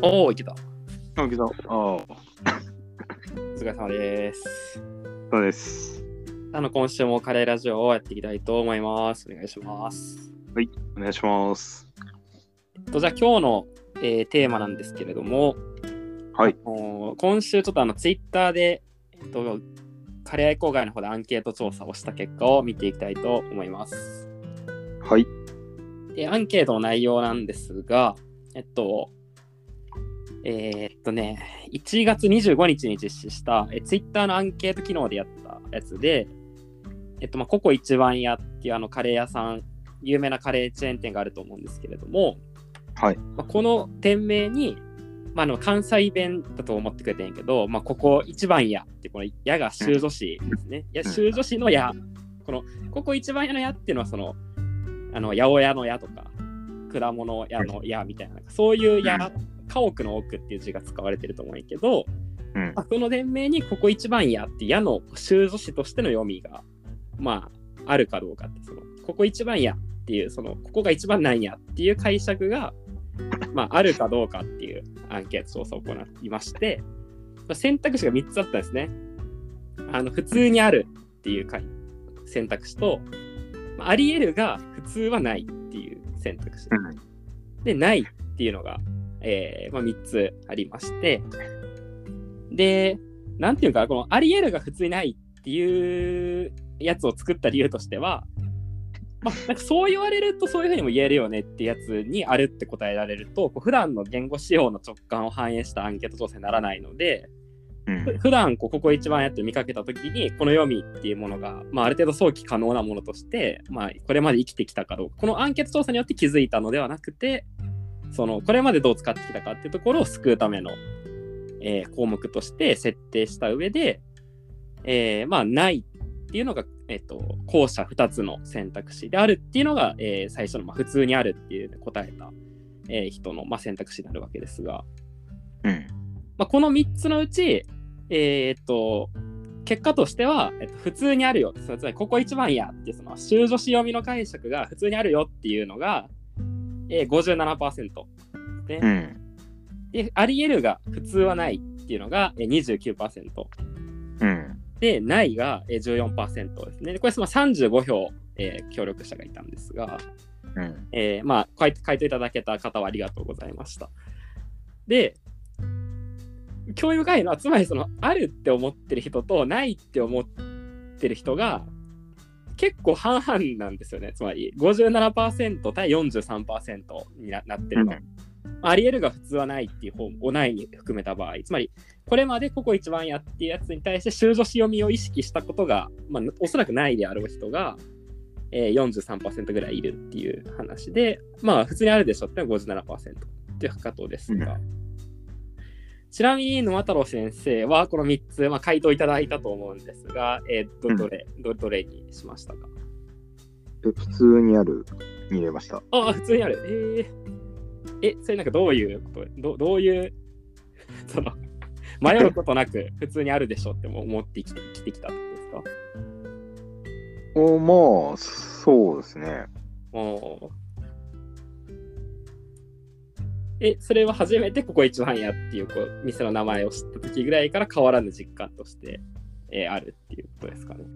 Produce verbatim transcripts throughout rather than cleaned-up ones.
おお、いけた。 あ、いけた。ああ。 お疲れ様です。 そうです。 あの、今週もカレーラジオをやっていきたいと思います。お願いします。 はい、お願いします。 えっと、じゃあ今日の、えー、テーマなんですけれども、 はい。 今週ちょっとあの、ツイッターで、えっと、カレー愛好会の方でアンケート調査をした結果を見ていきたいと思います。 はい。 で、アンケートの内容なんですが、えっと、えー、っとね、いちがつにじゅうごにちに実施したえツイッターのアンケート機能でやったやつで、えっと、まあ、ココ一番屋っていうあのカレー屋さん、有名なカレーチェーン店があると思うんですけれども、 はい。 まあ、この店名に、まあ、あの関西弁だと思ってくれてんやけど、まあ、ここ一番屋ってこの屋が州女子ですね。いや州女子の屋、このここ一番屋の屋っていうのはそのあの八百屋の屋とか果物屋の屋みたいな、そういう屋、家屋の奥っていう字が使われてると思うんやけど、 うんまあ、この店名にここ一番屋って矢の州女子としての読みがまああるかどうかって、そのここ一番屋っていうそのここが一番なんやっていう解釈がまああるかどうかっていうアンケート調査を行いまして、選択肢がみっつあったんですね。あの普通にあるっていう選択肢と、あり得るが普通はないっていう選択肢、 うん、 でないっていうのが、えーまあ、みっつありまして、でなんていうかこのあり得るが普通にないっていうやつを作った理由としては、まあ、なんかそう言われるとそういうふうにも言えるよねってやつにあるって答えられると、こう普段の言語仕様の直感を反映したアンケート調査にならないので、うん、普段こうここ一番やって見かけたときにこの読みっていうものが、まあ、ある程度想起可能なものとして、まあ、これまで生きてきたかどうか、このアンケート調査によって気づいたのではなくて、そのこれまでどう使ってきたかっていうところを救うための、えー、項目として設定した上で、えー、まあないっていうのが、えっと、後者ふたつの選択肢であるっていうのが、えー、最初の、まあ、普通にあるっていう、ね、答えた、えー、人の、まあ、選択肢になるわけですが、 うんまあ、このみっつのうち、えー、っと結果としては、えっと、普通にあるよ、つまりここ一番やってその州女子読みの解釈が普通にあるよっていうのが、えー、ごじゅうななパーセント、ね、 うん、であり得るが普通はないっていうのが にじゅうきゅうパーセント、 うん、 でないが じゅうよんパーセント ですね。でこれはさんじゅうごひょう、えー、協力者がいたんですが、 うんえー、まあ回答いただけた方はありがとうございました。で興味深いのは、つまりそのあるって思ってる人とないって思ってる人が結構半々なんですよね。つまり ごじゅうななパーセント 対 よんじゅうさんパーセント に な, なってるの、うん、あり得るが普通はないっていう方をないに含めた場合、つまりこれまでここ一番やっていうやつに対して州女子読みを意識したことが、まあ、おそらくないであろう人が、えー、よんじゅうさんパーセント ぐらいいるっていう話で、まあ普通にあるでしょってのは ごじゅうななパーセント っていう回答ですが、うん、ちなみに沼太郎先生はこのみっつ、まあ、回答いただいたと思うんですが、えー、ど, ど, れ、うん、ど, どれにしましたか？ 普通にあるに入れました。 ああ、普通にある。えー、え、それなんかどういうこと、ど, どういうその迷うことなく普通にあるでしょって思って生きて生きてきたんですか？ おまあそうですね。 おえ、それは初めてここ一番やっていうこう店の名前を知った時ぐらいから変わらぬ実感として、えー、あるっていうことですかね。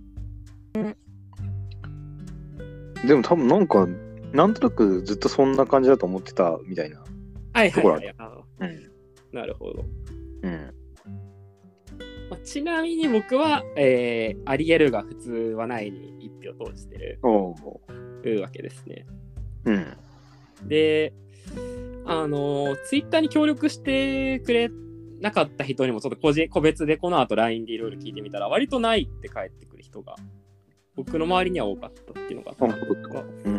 でも多分なんかなんとなくずっとそんな感じだと思ってたみたいな。 はいはいはい。 うん、 なるほど。 うんまあ、ちなみに僕は、えー、あり得るが普通はないに一票投じてるわけですね。 うん、 で、あのツイッターに協力してくれなかった人にもちょっと個人個別でこの後 ライン でいろいろ聞いてみたら、割とないって返ってくる人が僕の周りには多かったっていうのがあったんですか。うん、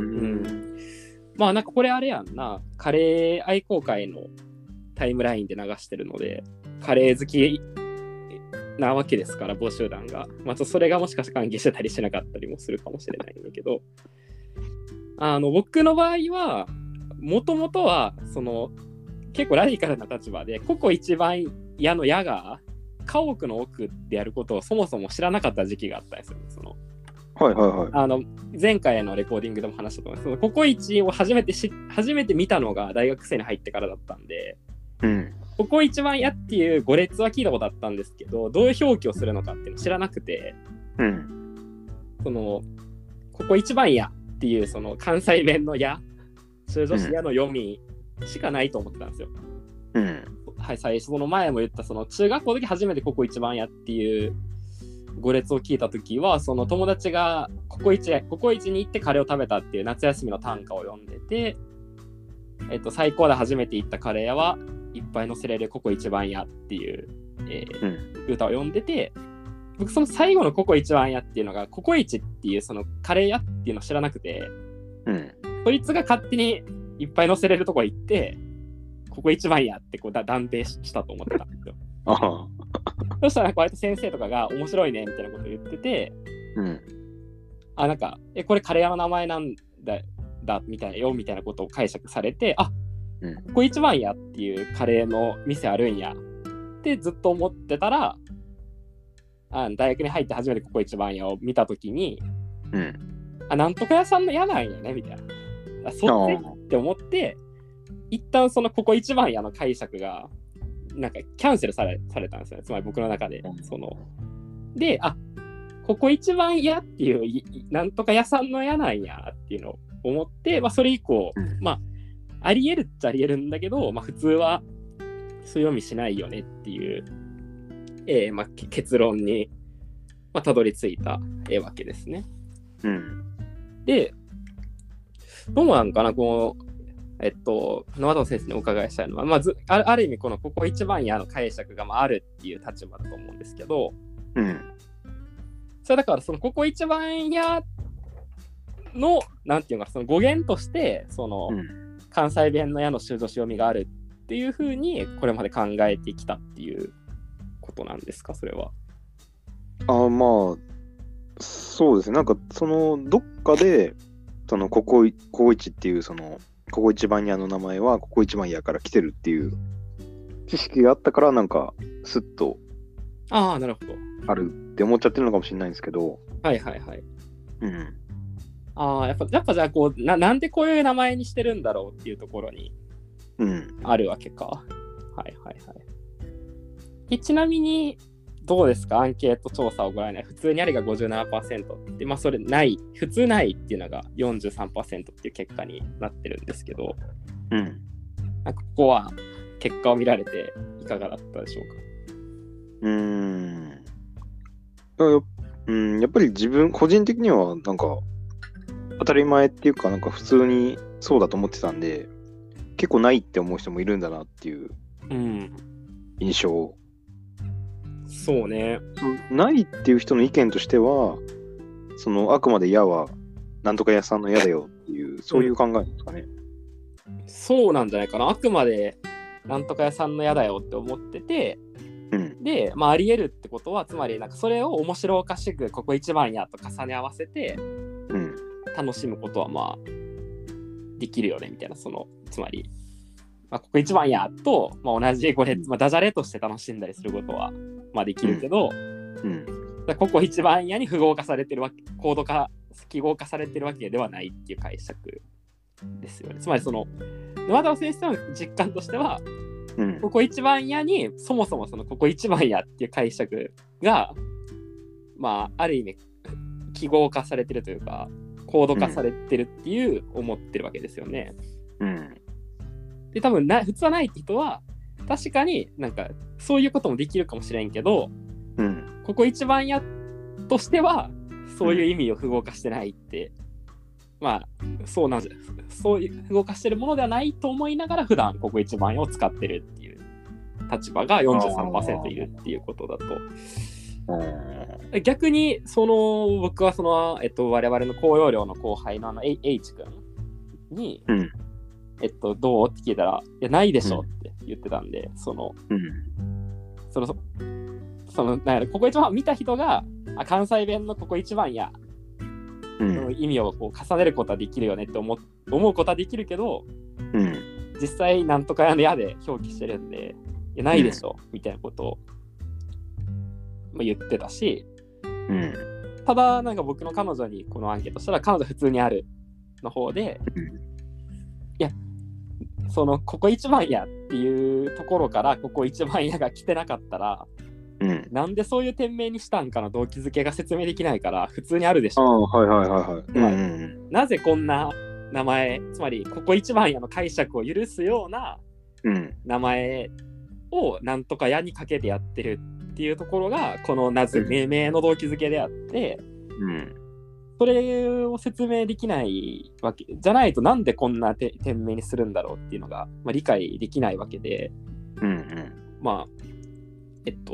まあなんかこれあれやんな、カレー愛好会のタイムラインで流してるのでカレー好きなわけですから、募集団が、まあ、それがもしかして関係してたりしなかったりもするかもしれないんだけど、あの僕の場合はもともとはその結構ラディカルな立場で、ここ一番矢の矢が家屋の奥でやることをそもそも知らなかった時期があったんですよね。そのはいはいはい。 あの前回のレコーディングでも話したと思います。そのココイチを初めてし初めて見たのが大学生に入ってからだったんで、 うん。 ここ一番やっていう語列は聞いたことあったんですけど、どういう表記をするのかっていうの知らなくて、 うん。 そのここ一番やっていうその関西弁のや、数助詞やの読みしかないと思ってたんですよ。 うん。 はい、最初その前も言ったその中学校の時初めてここ一番やっていう語列を聞いた時は、その友達がここ一ここ一に行ってカレーを食べたっていう夏休みの短歌を読んでて、えっと最高で初めて行ったカレー屋はいっぱい乗せれるここ一番やっていう、えーうん、歌を読んでて、僕その最後のここ一番やっていうのがココイチっていうそのカレー屋っていうのを知らなくて、 うん、 そいつが勝手にいっぱい乗せれるとこ行ってここ一番やってこうだ断定したと思ってたんですよ。 あそしたらこうやって先生とかが面白いねみたいなことを言ってて、 うん、 あなんかえこれカレー屋の名前なんだだみたいなよみたいなことを解釈されて、あ、うん、ここ一番やっていうカレーの店あるんやってずっと思ってたら、あ大学に入って初めてここ一番やを見たときに、 うん、 あなんとか屋さんの屋なんやねみたいな、あそっちって思って一旦そのここ一番やの解釈がなんかキャンセルされ、されたんですよね。つまり僕の中でそので、あここ一番屋っていうなんとか屋さんの屋なんやっていうのを思って、まあ、それ以降、うん、まあありえるっちゃありえるんだけど、まあ、普通はそう読みしないよねっていう、えーまあ、結論に、まあ、たどり着いた、えー、わけですね。 うん、 で、どうなんかな、この、えっと、野又先生にお伺いしたいのは、まあ、ず あ, ある意味、このここ一番やの解釈が、まあ、あるっていう立場だと思うんですけど、 うん、 それだから、そのここ一番やの、なんていうか、その語源として、その、うん関西弁の矢の修助詞読みがあるっていう風にこれまで考えてきたっていうことなんですか、それは。 あまあそうですね、なんかそのどっかでそのここここ一っていうそのここ一番屋の名前はここ一番屋から来てるっていう知識があったから、なんかスッとああなるほどあるって思っちゃってるのかもしれないんですけど、 はいはいはい、 うんああ、やっぱ、やっぱじゃあこうな、なんでこういう名前にしてるんだろうっていうところにあるわけか。うん、はいはいはい。ちなみに、どうですか、アンケート調査をご覧になり、普通にありが ごじゅうななパーセント で、まあそれない、普通ないっていうのが よんじゅうさんパーセント っていう結果になってるんですけど、 うん。 なんかここは結果を見られていかがだったでしょうか。 うーん。や, うん、やっぱり自分、個人的にはなんか、当たり前っていうかなんか普通にそうだと思ってたんで、結構ないって思う人もいるんだなっていう印象、 うん、そうね。 ないっていう人の意見としては、そのあくまで矢はなんとか屋さんの矢だよっていうそういう考えですかね、 うん、そうなんじゃないかな。あくまでなんとか屋さんの矢だよって思ってて、 うん、 で、まあ、あり得るってことはつまりなんかそれを面白おかしくここ一番やと重ね合わせて、 うん楽しむことはまあできるよねみたいな、そのつまり、まあ、ここ一番やと、まあ、同じ語列、まあ、ダジャレとして楽しんだりすることはまあできるけど、 うんうん、ここ一番やに符号化されてるわけ、コード化記号化されてるわけではないっていう解釈ですよね。つまりその野又先生の実感としては、うん、ここ一番やにそもそもそのここ一番やっていう解釈がまあある意味記号化されてるというかコード化されてるっていう思ってるわけですよね。 うん。 で多分な普通はないって人は確かになんかそういうこともできるかもしれんけど、 うん、 ここ一番やとしてはそういう意味を符号化してないって、うん、まあそうなんじゃそういう符号化してるものではないと思いながら普段ここ一番やを使ってるっていう立場が よんじゅうさんパーセント いるっていうことだと。逆にその僕はその、えっと、我々の高容量の後輩のあの H 君に、 うん、 えっと、どうって聞いたら、いや、ないでしょって言ってたんで、うん、その、 うん、 その、その、なんやろ、ここ一番見た人が、あ、関西弁のここ一番や、うん、その意味をこう重ねることはできるよねって思う、思うことはできるけど、 うん、 実際なんとかやのやで表記してるんで、いや、ないでしょ、うん、みたいなことを、言ってたし、 うん、 ただなんか僕の彼女にこのアンケートしたら彼女普通にあるの方で、うん、いやそのここ一番やっていうところからここ一番やが来てなかったら、 うん、 なんでそういう店名にしたんかの動機づけが説明できないから普通にあるでしあょ。 あ、はいはいはいはい。 まあうんうんなぜこんな名前、つまりここ一番やの解釈を許すようなうん名前をなんとかやにかけてやってるっていうところがこのなぜ命名の動機づけであって、 うんそれを説明できないわけじゃないと、なんでこんなて店名にするんだろうっていうのが、まあ、理解できないわけで、 うんうんまあえっと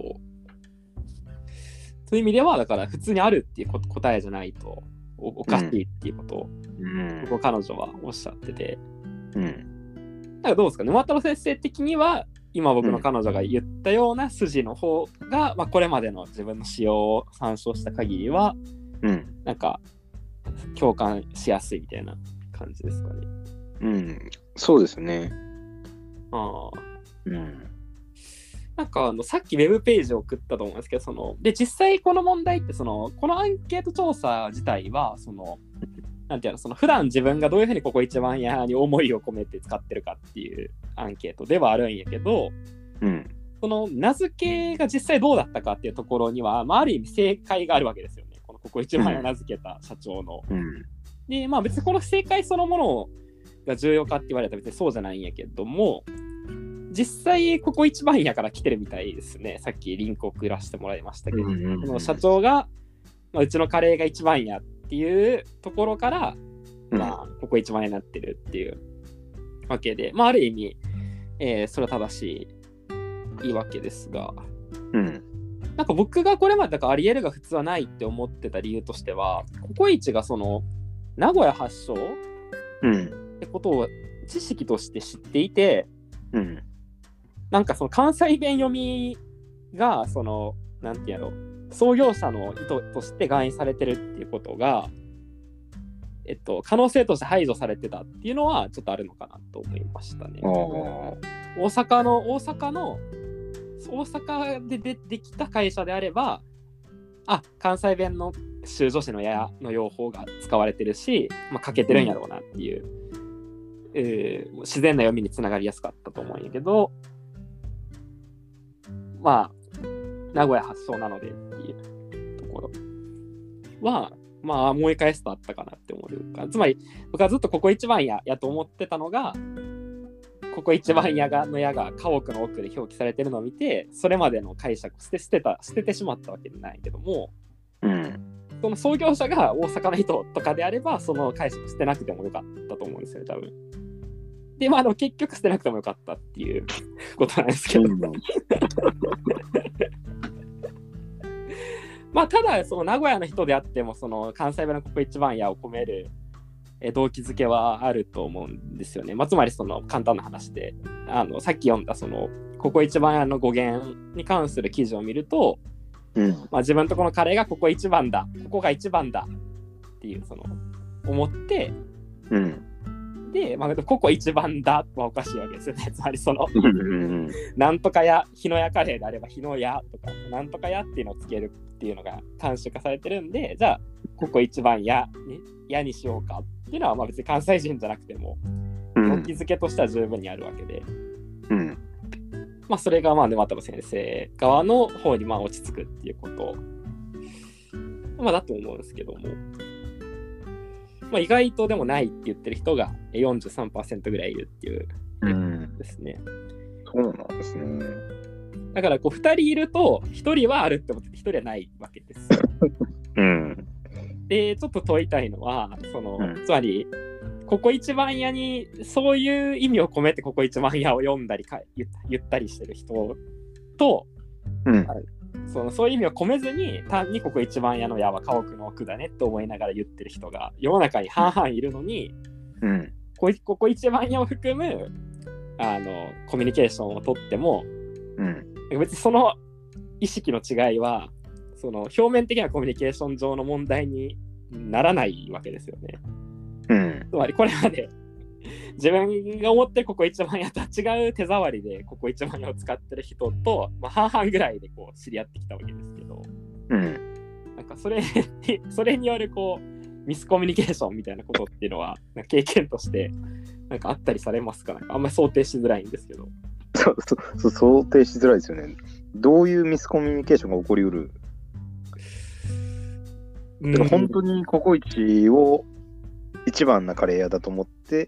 そういう意味ではだから普通にあるっていう答えじゃないと お, おかしいっていうことを、 うん、 ここ彼女はおっしゃってて、 うん、 だからどうですか、沼太郎先生的には今僕の彼女が言ったような筋の方が、うんまあ、これまでの自分の使用を参照した限りは、 うん、 なんか共感しやすいみたいな感じですかね。 うん、そうですね。 ああ、 うん、 なんかあのさっきウェブページを送ったと思うんですけど、そので実際この問題ってそのこのアンケート調査自体はそのなんていうの、その普段自分がどういうふうにここ一番やに思いを込めて使ってるかっていうアンケートではあるんやけど、 うん、 その名付けが実際どうだったかっていうところには、まあ、ある意味正解があるわけですよね。このここ一番や名付けた社長の。 うん、 でまあ別にこの正解そのものが重要かって言われたら別にそうじゃないんやけども、実際ここ一番やから来てるみたいですね。さっきリンク送らせてもらいましたけど、 うんうん、 この社長が、まあ、うちのカレーが一番やっていうところから、 うん、 まあここ一番やになってるっていうわけで、まあある意味、えー、それは正しいいいわけですが、 うん、 なんか僕がこれまでだからありえるが普通はないって思ってた理由としては、ココイチがその名古屋発祥ってことを知識として知っていて、 うん、 なんかその関西弁読みがそのなんていうの、創業者の意図として含意されてるっていうことが、えっと、可能性として排除されてたっていうのはちょっとあるのかなと思いましたね。大阪の大阪の大阪で で, できた会社であれば、あ、関西弁の修助詞のやの用法が使われてるし、まあ、欠けてるんやろうなっていう、うんえー、自然な読みにつながりやすかったと思うんやけど、まあ名古屋発祥なのでっていうところはまあ思い返すとあったかなって思うか、つまり僕はずっとここ一番ややと思ってたのが、ここ一番やがのやが家屋の奥で表記されてるのを見て、それまでの解釈を捨て捨てた捨ててしまったわけじゃないけども、 うん、 その創業者が大阪の人とかであればその解釈捨てなくてもよかったと思うんですよね、多分。でまあでも結局捨てなくてもよかったっていうことなんですけど、うん、まあただその名古屋の人であってもその関西弁のここ一番やを込める動機づけはあると思うんですよね。まあ、つまりその簡単な話で、あのさっき読んだそのここ一番の語源に関する記事を見ると、 うんまあ、自分とこのカレーがここ一番だ、ここが一番だっていうその思って、 うん、 で、まあ、ここ一番だはおかしいわけですよね。つまりその、 うん、 なんとかや日野屋カレーであれば日野屋とかなんとかやっていうのをつけるっていうのが慣習化されてるんで、じゃあここ一番やにやにしようかっていうのはまあ別に関西人じゃなくても動機づけとしては十分にあるわけで、 うん、 まあそれがまあ沼太郎先生側の方にまあ落ち着くっていうことまあだと思うんですけども、まあ、意外とでもないって言ってる人が よんじゅうさんパーセント ぐらいいるっていうですね、 うん、そうなんですね。 だからこうふたりいるとひとりはあるって思っててひとりはないわけです。 うん、 でちょっと問いたいのはその、 うん、 つまりここ一番屋にそういう意味を込めてここ一番屋を読んだりか言ったりしてる人と、 うん、 そのそういう意味を込めずに単にここ一番屋の屋は家屋の奥だねって思いながら言ってる人が世の中に半々いるのに、 うん、 こ, ここ一番屋を含むあのコミュニケーションをとっても、 うん、 別にその意識の違いはその表面的なコミュニケーション上の問題にならないわけですよね。 うん、 つまりこれまで自分が思ってるここ一番屋とは違う手触りでここ一番屋を使ってる人と、まあ、半々ぐらいでこう知り合ってきたわけですけど、 うん、 なんかそれそれによるこうミスコミュニケーションみたいなことっていうのはなんか経験としてなんかあったりされますか？なんかあんまり想定しづらいんですけど。 そうそうそう、想定しづらいですよね。どういうミスコミュニケーションが起こりうる？だから本当にココイチを一番なカレー屋だと思って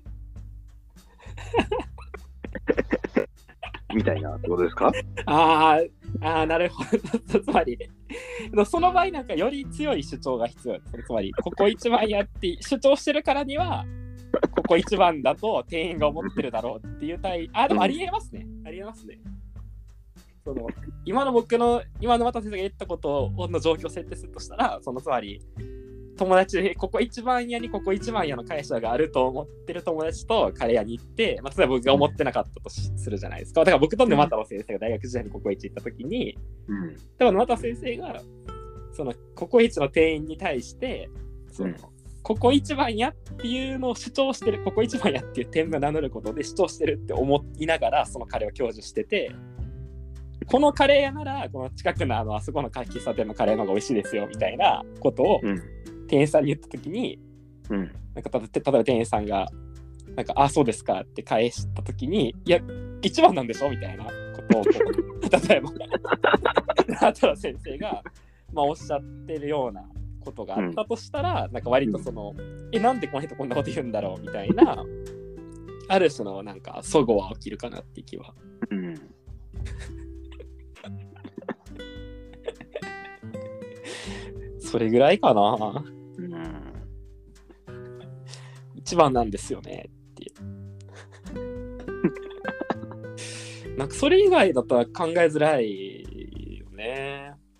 みたいなってことですか？ あーあー、なるほど。つまりその場合なんかより強い主張が必要です。つまりここ一番やって主張してるからにはここ一番だと店員が思ってるだろうっていう対あでもありえますね。ありえますね。その今の僕の今の渡先生が言ったことの状況を設定するとしたら、そのつまり友達ここ一番屋にここ一番屋の会社があると思ってる友達とカレー屋に行って、まあ、例えば僕が思ってなかったとするじゃないですか。だから僕と沼田先生が大学時代にここ一行った時に、うん、多分沼田先生がそのここ一の店員に対してその、うん、ここ一番屋っていうのを主張してる、ここ一番屋っていう店名を名乗ることで主張してるって思いながらそのカレーを享受してて、このカレー屋ならこの近くの あのあそこの喫茶店のカレーの方が美味しいですよみたいなことを、うん、店員さんに言ったときに、うん、なんかた例えば店員さんがなんかあそうですかって返したときに、いや一番なんでしょみたいなことを例えば畑田先生が、まあ、おっしゃってるようなことがあったとしたら、うん、なんか割とその、うん、えなんでこの人こんなこと言うんだろうみたいなある種のなんか齟齬は起きるかなって気は、うんそれぐらいかな、うん、一番なんですよねっていうなんかそれ以外だったら考えづらいよね、うん、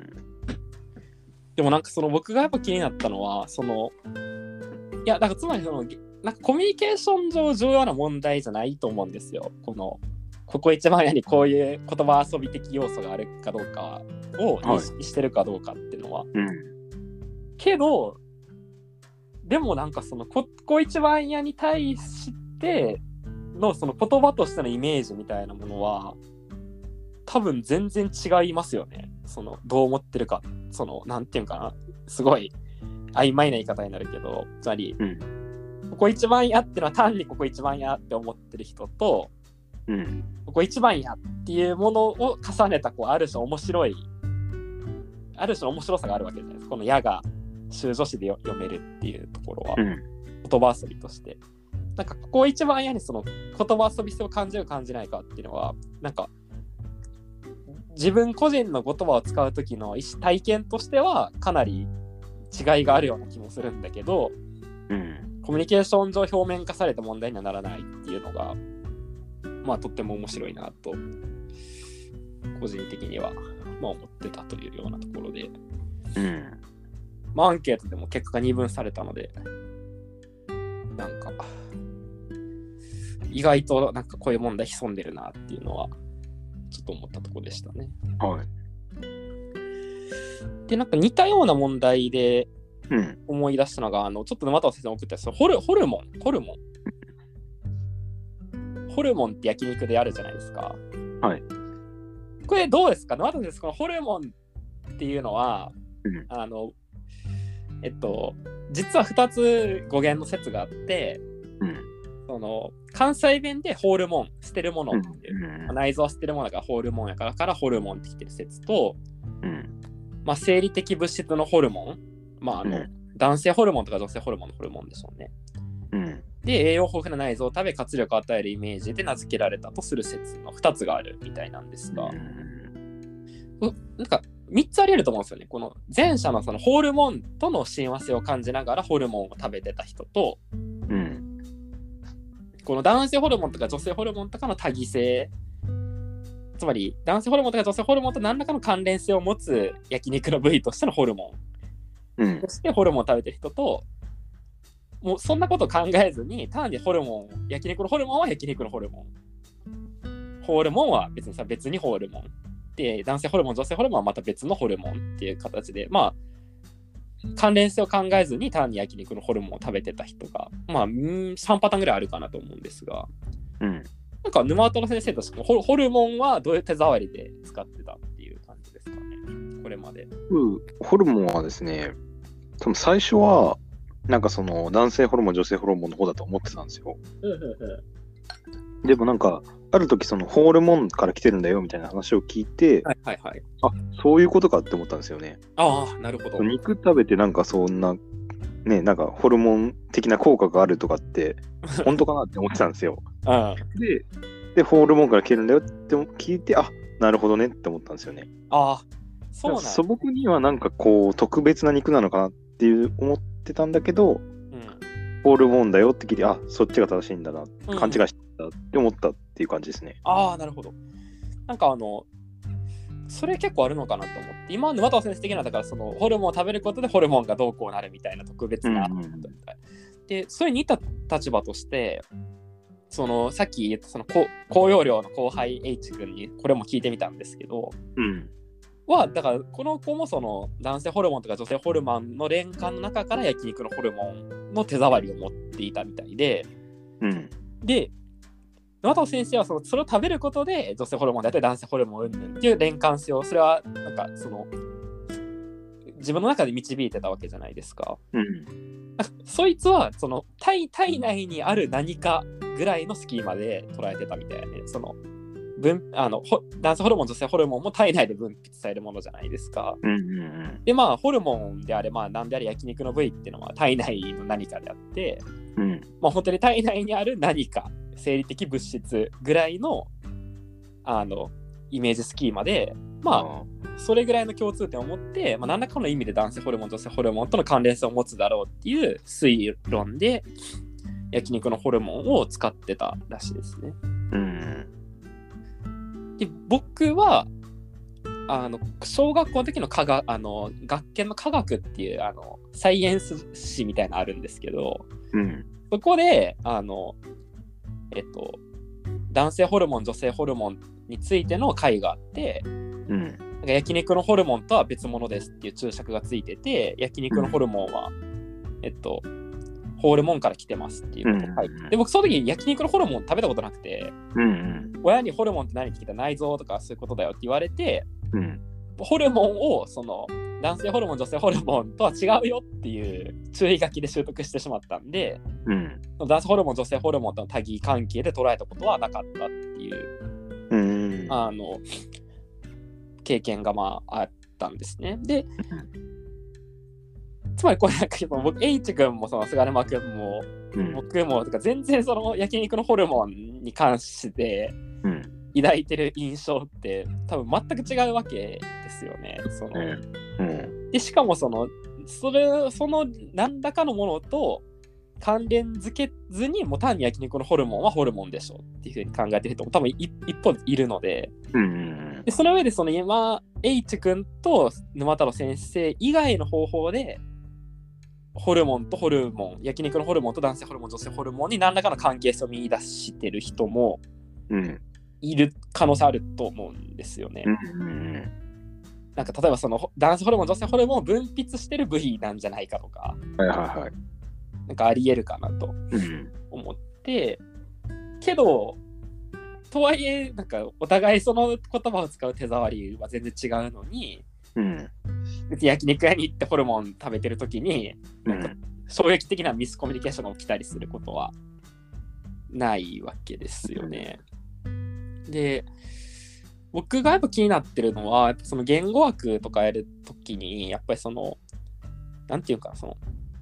でもなんかその僕がやっぱ気になったのはそのいやだからつまりそのなんかコミュニケーション上重要な問題じゃないと思うんですよ。このここ一番屋にこういう言葉遊び的要素があるかどうかを認識してるかどうかっていうのは、はいうん、けどでもなんかそのここ一番屋に対してのその言葉としてのイメージみたいなものは多分全然違いますよね。そのどう思ってるかそのなんていうかなすごい曖昧な言い方になるけどつまり、うん、ここ一番屋ってのは単にここ一番屋って思ってる人とうん、ここ一番やっていうものを重ねたこうある種面白いある種の面白さがあるわけじゃないですか。この矢が修助詞で読めるっていうところは、うん、言葉遊びとしてなんかここ一番矢にその言葉遊び性を感じる感じないかっていうのはなんか自分個人の言葉を使う時の意思体験としてはかなり違いがあるような気もするんだけど、うん、コミュニケーション上表面化された問題にはならないっていうのがまあとっても面白いなと個人的にはまあ思ってたというようなところで、うん、まあアンケートでも結果が二分されたのでなんか意外となんかこういう問題潜んでるなっていうのはちょっと思ったところでしたね。はい。でなんか似たような問題で思い出したのが、うん、あのちょっと沼田先生に送ったやつホルホルモンホルモンホルモンって焼肉であるじゃないですか。はい。これどうですか？沼田先生このホルモンっていうのは、うん、あのえっと実はふたつ語源の説があって、うん、その関西弁でホルモン捨てるものっていう、うん、内臓を捨てるものがホルモンやからからホルモンってきてる説と、うんまあ、生理的物質のホルモン、まああのうん、男性ホルモンとか女性ホルモンのホルモンでしょうね。うんで栄養豊富な内臓を食べ活力を与えるイメージで名付けられたとする説のふたつがあるみたいなんですが、なんかみっつあり得ると思うんですよね。この前者のそのホルモンとの親和性を感じながらホルモンを食べてた人と、うん、この男性ホルモンとか女性ホルモンとかの多義性、つまり男性ホルモンとか女性ホルモンと何らかの関連性を持つ焼肉の部位としてのホルモン、うん、そしてホルモンを食べてる人ともうそんなこと考えずに単にホルモン焼肉のホルモンは焼肉のホルモンホルモンは別にさ別にホルモンで男性ホルモン女性ホルモンはまた別のホルモンっていう形でまあ関連性を考えずに単に焼肉のホルモンを食べてた人がまあさんパターンぐらいあるかなと思うんですが、うん、なんか沼田先生としてホホルモンはどういう手触りで使ってたっていう感じですかねこれまで。 うん、ホルモンはですね多分最初はなんかその男性ホルモン、女性ホルモンの方だと思ってたんですよ。 うんうんうでもなんか、ある時そのホルモンから来てるんだよみたいな話を聞いて、 ん。はいはいはい。 あ、そういうことかって思ったんですよね。 ああ、なるほど。 肉食べてなんかそんな、ね、なんかホルモン的な効果があるとかって、本当かなって思ってたんですよ。 うん。 で、で、ホルモンから来てるんだよって聞いて、あ、なるほどねって思ったんですよね。 ああ、そうなんだ。 素朴にはなんかこう、特別な肉なのかなっていう思ってたんだけど、 うん。 ホルモンだよって聞いて、あ、そっちが正しいんだな、 うん勘違いしてたって思ったっていう感じですね。 ああ、なるほど。なんかあの、それ結構あるのかなと思って、今、沼田先生的なだからそのホルモンを食べることでホルモンがどうこうなるみたいな特別な、 うんうんうん、 で、それに似た立場として、そのさっき言ったその高高容量の後輩 H 君にこれも聞いてみたんですけど、 うんはだからこの子もその男性ホルモンとか女性ホルモンの連関の中から焼肉のホルモンの手触りを持っていたみたいで、 うん、 で沼田先生はそのそれを食べることで女性ホルモンだったり男性ホルモン云々っていう連関性をそれはなんかその自分の中で導いてたわけじゃないですか。 うん、 そいつはその 体, 体内にある何かぐらいのスキーマで捉えてたみたいなね。その分あの男性ホルモン女性ホルモンも体内で分泌されるものじゃないですか。 うんうんうん、 でまあホルモンであれまあ何であれ焼肉の部位っていうのは体内の何かであって、 うん、 まあ本当に体内にある何か生理的物質ぐらいのあのイメージスキーマでまあそれぐらいの共通点を持って、まあ、何らかの意味で男性ホルモン女性ホルモンとの関連性を持つだろうっていう推論で焼肉のホルモンを使ってたらしいですね。 うん、 で僕はあの小学校の時の科学あの学研の科学っていうあのサイエンス誌みたいなのあるんですけど、 うん、 そこであのえっと男性ホルモン女性ホルモンについての回があって、 うん、 なんか焼肉のホルモンとは別物ですっていう注釈がついてて、焼肉のホルモンは、うん、えっとホルモンから来てますっていうことを書いて、うん、で僕その時に焼肉のホルモン食べたことなくて、 うんうん、 親にホルモンって何って聞いたら内臓とかそういうことだよって言われて、 うん、 ホルモンをその男性ホルモン女性ホルモンとは違うよっていう注意書きで習得してしまったんで、 うん、 男性ホルモン女性ホルモンとの多義関係で捉えたことはなかったっていう、 うん、 あの経験がまああったんですね。で、つまりこれなんか僕 H 君もその菅沼君も、うん、僕もとか全然その焼肉のホルモンに関して抱いてる印象って多分全く違うわけですよね。そのうんうん、 でしかもそのそれその何らかのものと関連づけずにもう単に焼肉のホルモンはホルモンでしょっていうふうに考えてる人も多分一方いるので、 うんうん、 でその上でその今 H 君と沼太郎先生以外の方法でホルモンとホルモン焼肉のホルモンと男性ホルモン女性ホルモンに何らかの関係性を見出してる人もいる可能性あると思うんですよね。 うんうん、 なんか例えばその男性ホルモン女性ホルモンを分泌してる部位なんじゃないかとか、 はいはいはい、 なんかありえるかなと思って、うん、けどとはいえなんかお互いその言葉を使う手触りは全然違うのに、 うん、 別に焼肉屋に行ってホルモン食べてる時になんか衝撃的なミスコミュニケーションが起きたりすることはないわけですよね。うん、で僕がやっぱ気になってるのはやっぱその言語学とかやるときにやっぱりそのなんていうかその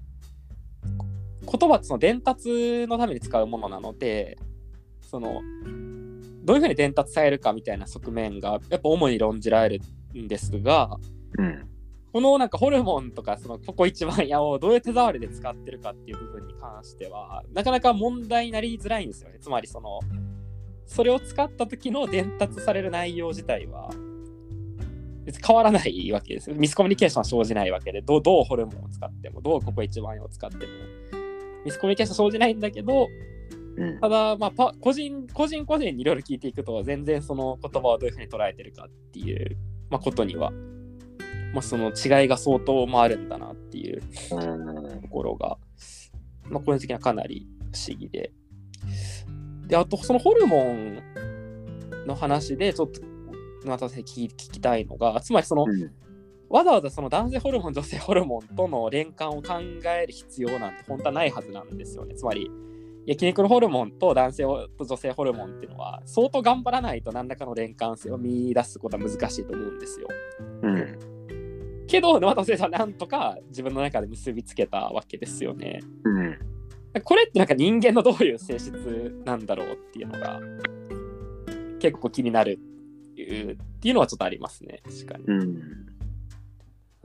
言葉ってその伝達のために使うものなのでそのどういうふうに伝達されるかみたいな側面がやっぱ主に論じられるんですが、 うん、 このなんかホルモンとかそのここ一番屋をどういう手触りで使ってるかっていう部分に関してはなかなか問題になりづらいんですよね。つまりそのそれを使った時の伝達される内容自体は別に変わらないわけですよ。ミスコミュニケーションは生じないわけで、どう、どうホルモンを使っても、どうここ一番屋を使っても、ミスコミュニケーション生じないんだけど、うん、ただ、まあパ、個人、個人個人にいろいろ聞いていくと、全然その言葉をどういうふうに捉えてるかっていう、まあ、ことには、まあ、その違いが相当もあるんだなっていうところが、まあ、個人的にはかなり不思議で。で、あと、そのホルモンの話で、ちょっと、また聞きたいのが、つまりその、うん、 わざわざその男性ホルモン女性ホルモンとの連関を考える必要なんて本当はないはずなんですよね。つまり焼肉のホルモンと男性と女性ホルモンっていうのは相当頑張らないと何らかの連関性を見出すことは難しいと思うんですよ。 うん。 けど沼田先生はなんとか自分の中で結びつけたわけですよね。 うん。 これってなんか人間のどういう性質なんだろうっていうのが結構気になるっていうのはちょっとありますね。確かに。 うん。 うん。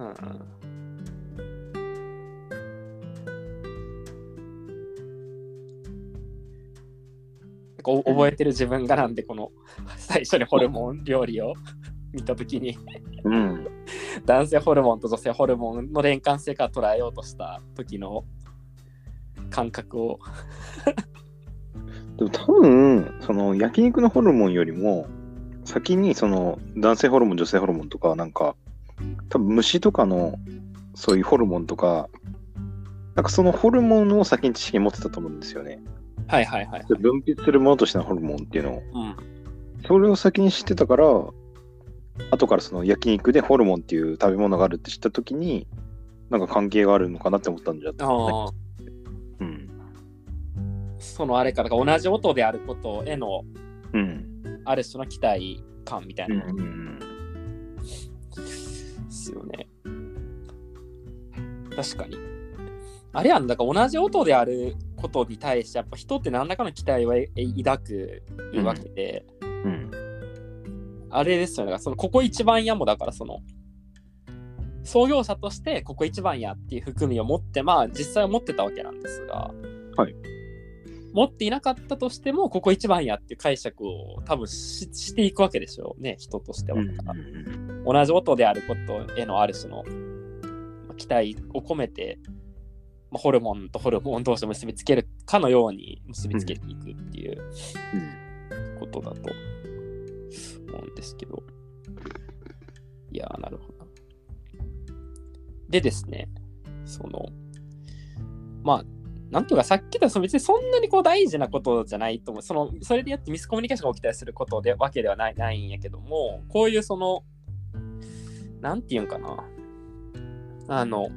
覚えてる自分がなんでこの最初にホルモン料理を見たときに、 うん、 男性ホルモンと女性ホルモンの連関性から捉えようとした時の感覚をでも多分その焼肉のホルモンよりも先にその男性ホルモン女性ホルモンとかなんか多分虫とかのそういうホルモンとかなんかそのホルモンを先に知識持ってたと思うんですよね。 はいはいはい、はい、 分泌するものとしてのホルモンっていうのを、 うん、 それを先に知ってたから後からその焼肉でホルモンっていう食べ物があるって知った時になんか関係があるのかなって思ったんじゃない、 あ、 うん、 そのあれから同じ音であることへの、 うん、 ある種の期待感みたいなもの、 うん、 ですよね。確かにあれやんだから同じ音であることに対してやっぱ人って何らかの期待を抱くわけで、 うんうん、 あれですよね。そのここ一番屋もだからその創業者としてここ一番屋っていう含みを持ってまあ実際は持ってたわけなんですが、 はい、 持っていなかったとしてもここ一番屋っていう解釈を多分 し, していくわけでしょうね、人としては。 うんうん、 同じ音であることへのある種の期待を込めて、まあ、ホルモンとホルモン同士を結びつけるかのように結びつけていくっていうことだと思うんですけど、いやーなるほど。でですね、そのまあなんとかさっき言ったその別にそんなにこう大事なことじゃないと思う。そのそれでやってミスコミュニケーションが起きたりすることでわけではない、ないんやけども、こういうそのなんていうんかな、あの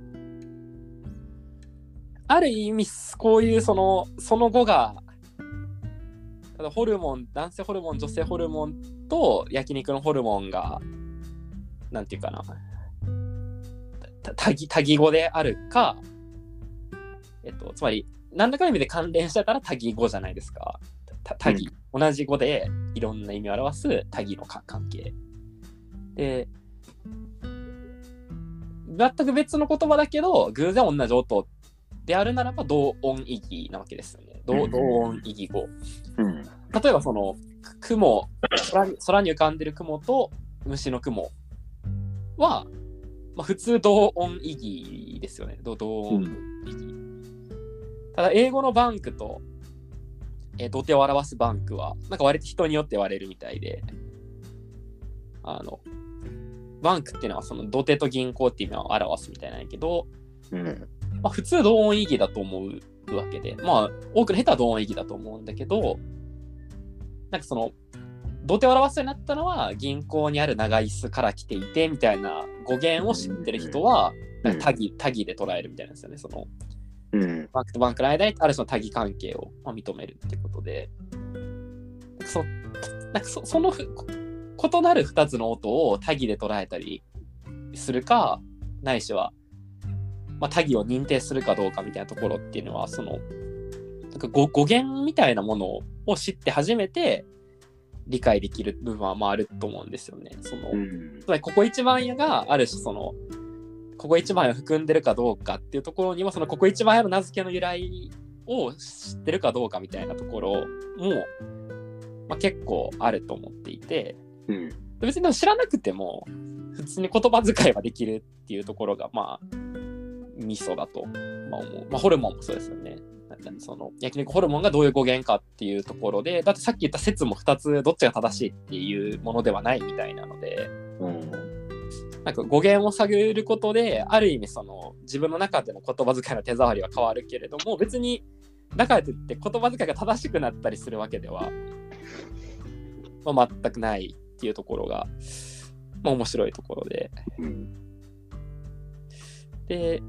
ある意味こういうそのその後がただホルモン男性ホルモン女性ホルモンと焼肉のホルモンがなんていうかな多義多義語であるか、えっとつまり何らかの意味で関連してたら多義語じゃないですか。多義、うん、同じ語でいろんな意味を表す多義の関係で、全く別の言葉だけど偶然同じ音であるならば同音異義なわけですよね。同、同音異義語、うん、例えばその雲 空, に空に浮かんでる雲と虫の雲は、まあ、普通同音異義ですよね。同音異義、うん、ただ英語のバンクと、えー、土手を表すバンクはなんか割と人によって割れるみたいで、あのバンクっていうのはその土手と銀行っていうのを表すみたいなんやけど、うんまあ、普通同音異義だと思うわけで、まあ多くの人は同音異義だと思うんだけど、なんかその土手を表すようになったのは銀行にある長椅子から来ていてみたいな語源を知ってる人はなんか多義、多義で捉えるみたいなんですよね。その、うん、バンクとバンクの間にある種の多義関係を、まあ、認めるってことで、なんかそなんか そ, その異なるふたつの音を多義で捉えたりするか、ないしはまあ、多義を認定するかどうかみたいなところっていうのはそのなんか 語, 語源みたいなものを知って初めて理解できる部分はまああると思うんですよね。その、うん、つまりここ一番屋がある種そのここ一番屋を含んでるかどうかっていうところにはそのここ一番屋の名付けの由来を知ってるかどうかみたいなところも、まあ、結構あると思っていて、うん、別に知らなくても普通に言葉遣いはできるっていうところがまあミソだと、まあ、思う。まあ、ホルモンもそうですよね。その焼肉ホルモンがどういう語源かっていうところで、だってさっき言った説もふたつどっちが正しいっていうものではないみたいなので、うん、なんか語源を探ることである意味その自分の中での言葉遣いの手触りは変わるけれども、別にだからといって言葉遣いが正しくなったりするわけでは、まあ、全くないっていうところが、まあ、面白いところで、うんで、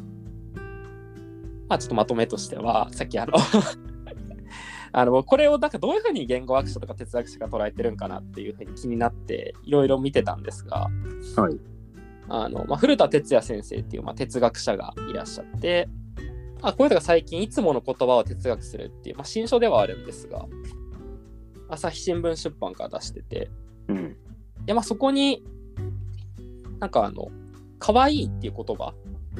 まあちょっとまとめとしては、さっきあのあのこれをなんかどういうふうに言語学者とか哲学者が捉えてるんかなっていうふうに気になっていろいろ見てたんですが、 はい。 あのまあ、古田哲也先生っていう、まあ、哲学者がいらっしゃって、あこういうのが最近いつもの言葉を哲学するっていう、まあ、新書ではあるんですが、朝日新聞出版から出してて、 うん。 でまあ、そこになんかあの可愛いっていう言葉を、 うん、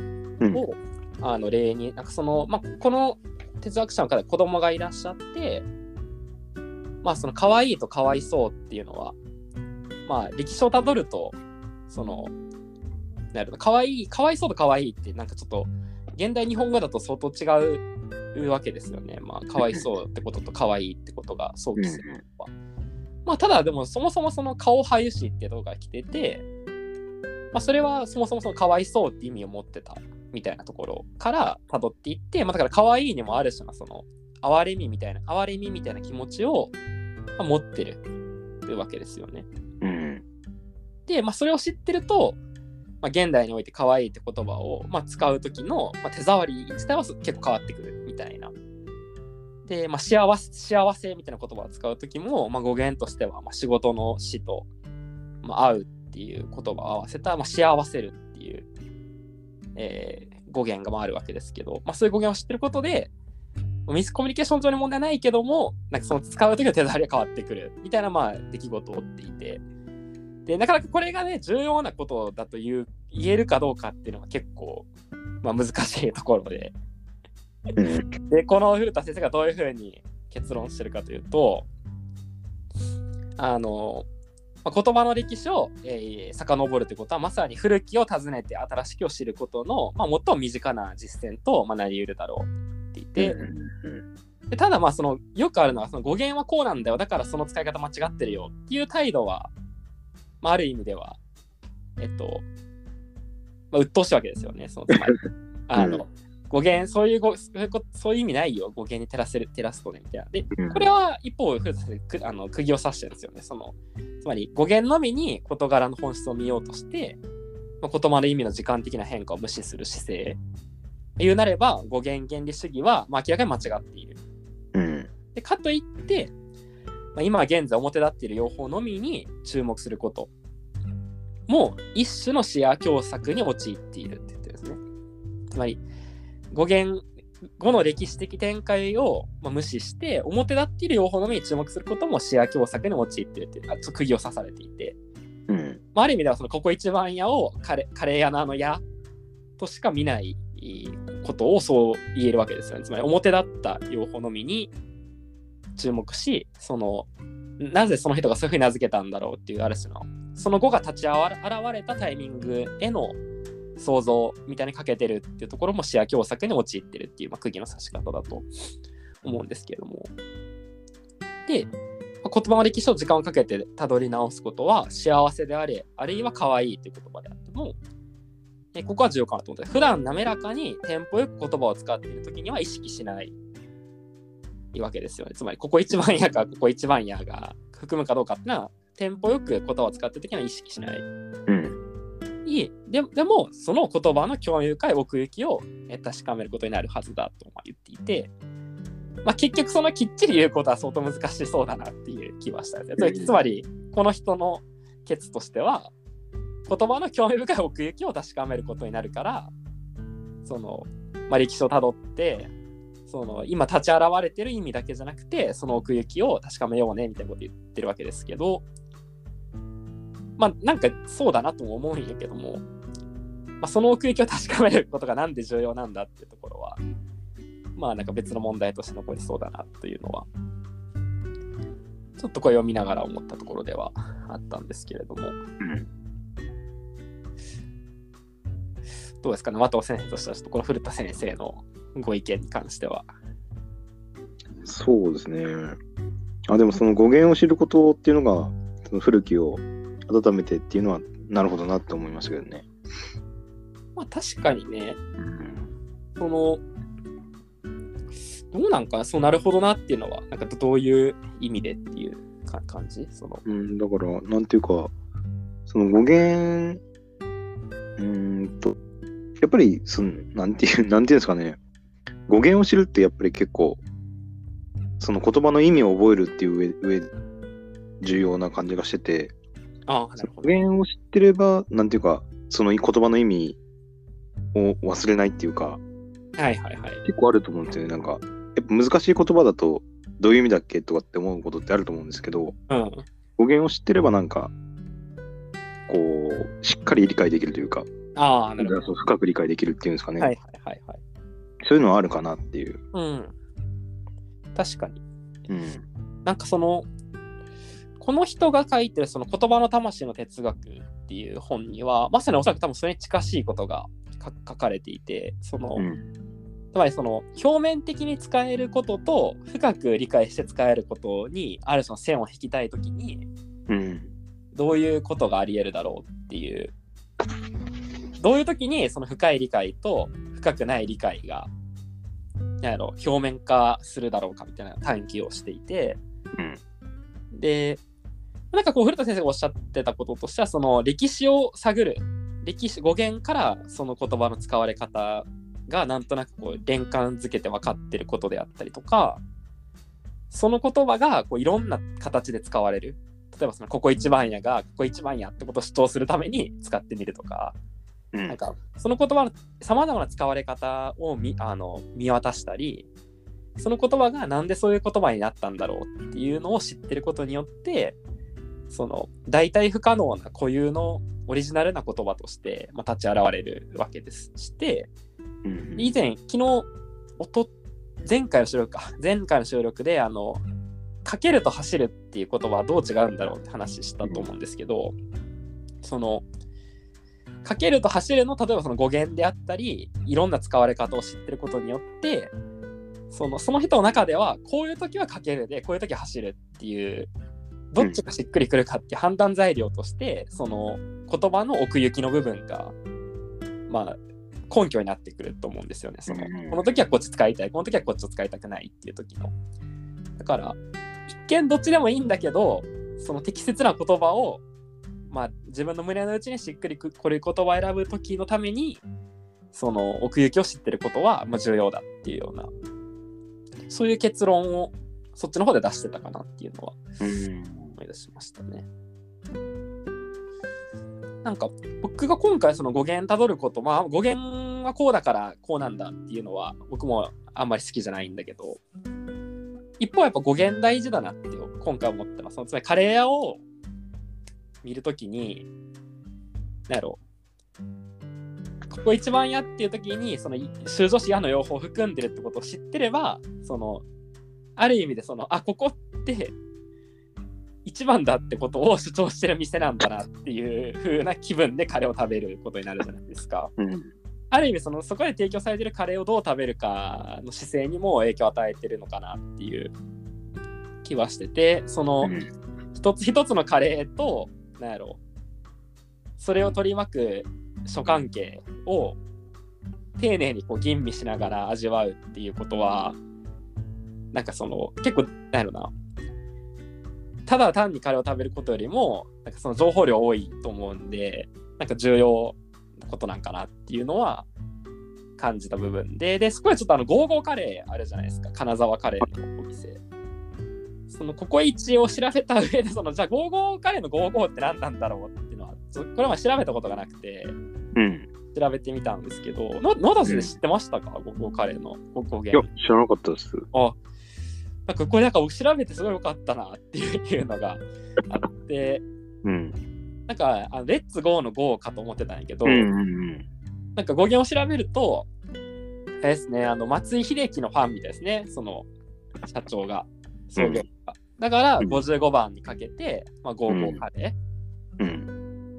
あの例になんかその、まあ、この哲学者の方で子供がいらっしゃって、まあその可愛いとかわいそうっていうのは、まあ歴史をたどるとそのなるほどかわいいかわいそうとかわいいってなんかちょっと現代日本語だと相当違うわけですよね。まあかわいそうってこととかわいいってことが想起するのは、まあただでもそもそもその顔はゆしっていうところが来てて、まあそれはそもそもそのかわいそうって意味を持ってたみたいなところから辿っていって、まあだからかわいいにもある種のその哀れみみたいな哀れみみたいな気持ちを、まあ、持ってるというわけですよね。 うん、 で、まあそれを知ってると。まあ、現代において可愛いって言葉を、まあ、使う時の、まあ、手触り自体は結構変わってくるみたいな。で、まあ、幸せ、幸せみたいな言葉を使う時も、まあ、語源としては、まあ、仕事の死と、まあ、合うっていう言葉を合わせた、まあ、幸せるっていう、えー、語源があるわけですけど、まあ、そういう語源を知ってることで、ミスコミュニケーション上に問題ないけども、なんかその使う時の手触りが変わってくるみたいな、まあ、出来事を起っていて、でなかなかこれがね重要なことだという言えるかどうかっていうのが結構、まあ、難しいところででこの古田先生がどういうふうに結論してるかというと、あの、まあ、言葉の歴史を、えー、遡るということはまさに古きを訪ねて新しきを知ることの、まあ、最も身近な実践と、まあ、なり得るだろうって言って、でただまあそのよくあるのはその語源はこうなんだよだからその使い方間違ってるよっていう態度はまあ、ある意味では、えっと、まあ、鬱陶しいわけですよね。そのつまり、あの、語源、そういうご、そういう意味ないよ、語源に照らせる、照らすとね、みたいな。で、これは一方、あの釘を刺してるんですよね。その、つまり、語源のみに事柄の本質を見ようとして、まあ、言葉の意味の時間的な変化を無視する姿勢。言うなれば、語源原理主義は、まあ、明らかに間違っている。 うん、でかといって、まあ、今現在表立っている用法のみに注目することも一種の視野狭窄に陥っているって言ってるんですね。つまり語源語の歴史的展開を無視して表立っている用法のみに注目することも視野狭窄に陥っているっていうちょっと釘を刺されていて、 うんまあ、ある意味ではそのここ一番屋をカレカレー屋のあの屋としか見ないことをそう言えるわけですよね。つまり表立った用法のみに注目し、そのなぜその人がそういうふうに名付けたんだろうっていうある種のその語が立ち現れたタイミングへの想像みたいにかけてるっていうところも視野狭窄に陥ってるっていう、まあ、釘の刺し方だと思うんですけれども、で、まあ、言葉の歴史を時間をかけてたどり直すことは幸せであれあるいは可愛いという言葉であっても、えここは重要かなと思って、普段滑らかにテンポよく言葉を使っている時には意識しないわけですよね。つまりここ一番やかここ一番やが含むかどうかっていうのはテンポよく言葉を使ってる時には意識しない、うん、いい で, でもその言葉の興味深い奥行きを確かめることになるはずだと言っていて、まあ、結局そのきっちり言うことは相当難しそうだなっていう気はしたんですよ、うん、つまりこの人のケツとしては言葉の興味深い奥行きを確かめることになるから、その、まあ、歴史をたどってその今立ち現れてる意味だけじゃなくてその奥行きを確かめようねみたいなこと言ってるわけですけど、まあなんかそうだなとも思うんやけども、まあ、その奥行きを確かめることがなんで重要なんだっていうところはまあなんか別の問題として残りそうだなというのはちょっとこれを見ながら思ったところではあったんですけれども、うん、どうですかね、的尾先生としてはちょっとこの古田先生のご意見に関しては。 そうですね。あ、でもその語源を知ることっていうのがその古きを温めてっていうのはなるほどなって思いましたけどね。 まあ確かにね、うん、そのどうなんかな、そうなるほどなっていうのはなんかどういう意味でっていう感じ、その、 うん、だからなんていうかその語源うーんとやっぱりそのなんていうなんていうんですかね、語源を知るってやっぱり結構その言葉の意味を覚えるっていう上、上重要な感じがしてて、 ああ、なるほ語ど。 源を知ってればなんていうかその言葉の意味を忘れないっていうか、 はいはいはい。 結構あると思うんですよね。なんかやっぱ難しい言葉だとどういう意味だっけとかって思うことってあると思うんですけど、 うん。 語源を知ってればなんかこうしっかり理解できるというか、 ああ、なるほど。 そう深く理解できるっていうんですかね。 はいはいはいはい。 そういうのはあるかなっていう。 うん。確かに。 うん。 なんかその、この人が書いてるその言葉の魂の哲学っていう本には、まさにおそらく多分それに近しいことが書かれていて、その、うん、つまりその表面的に使えることと深く理解して使えることにある種の線を引きたいときに、うん、どういうことがあり得るだろうっていう、どういうときにその深い理解と深くない理解がなんやろ表面化するだろうかみたいな探求をしていて、うん、でなんかこう古田先生がおっしゃってたこととしては、その歴史を探る、歴史語源からその言葉の使われ方がなんとなくこう連関づけて分かってることであったりとか、その言葉がこういろんな形で使われる、例えばそのここ一番やがここ一番やってことを主張するために使ってみるとか、うん、なんかその言葉のさまざまな使われ方を 見, あの見渡したり、その言葉がなんでそういう言葉になったんだろうっていうのを知ってることによって、その代替不可能な固有のオリジナルな言葉として、まあ、立ち現れるわけですして、うん、以前昨日おと前回の収録か前回の収録であのかけると走るっていう言葉はどう違うんだろうって話したと思うんですけど、うん、そのかけると走るの例えばその語源であったりいろんな使われ方を知ってることによって、そのその人の中ではこういう時はかけるでこういう時は走るっていうどっちがしっくりくるかっていう判断材料として、その言葉の奥行きの部分がまあ根拠になってくると思うんですよね。そのこの時はこっち使いたい、この時はこっちを使いたくないっていう時の。だから一見どっちでもいいんだけど、その適切な言葉をまあ自分の胸の内にしっくりこれ言葉を選ぶ時のために、その奥行きを知ってることはまあ重要だっていうような、そういう結論をそっちの方で出してたかなっていうのは思い出しましたね。なんか僕が今回その語源たどること、まあ語源はこうだからこうなんだっていうのは僕もあんまり好きじゃないんだけど、一方やっぱ語源大事だなって今回思ってます。つまりカレー屋を見るときに何やろここ一番屋っていうときにその修助詞屋の用法を含んでるってことを知ってれば、そのある意味でそのあここって一番だってことを主張してる店なんだなっていう風な気分でカレーを食べることになるじゃないですか、うん、ある意味そのそこで提供されてるカレーをどう食べるかの姿勢にも影響を与えてるのかなっていう気はしてて、その、うん、一つ一つのカレーとなんやろそれを取り巻く諸関係を丁寧にこう吟味しながら味わうっていうことはなんかその結構なんやろな、ただ単にカレーを食べることよりもなんかその情報量多いと思うんで、なんか重要なことなんかなっていうのは感じた部分で、でそこでちょっとあのゴーゴーカレーあるじゃないですか、金沢カレーのお店、そのココイチを調べた上でそのじゃあゴーゴーカレーのゴーゴーって何なんだろうっていうのはこれは調べたことがなくて、うん、調べてみたんですけど、の野田先生知ってましたか、うん、ゴーゴーカレーの語源。 いや知らなかったです。 あなんかこれなんか調べてすごい良かったなっていうのがあって、うん、なんかあのレッツゴーのゴーかと思ってたんやけど、うんうんうん、なんか語源を調べるとあれですね、あの松井秀喜のファンみたいですね、その社長が創業者、うん、だからごじゅうごばんにかけて、まあ、ゴーゴーカレー、うん、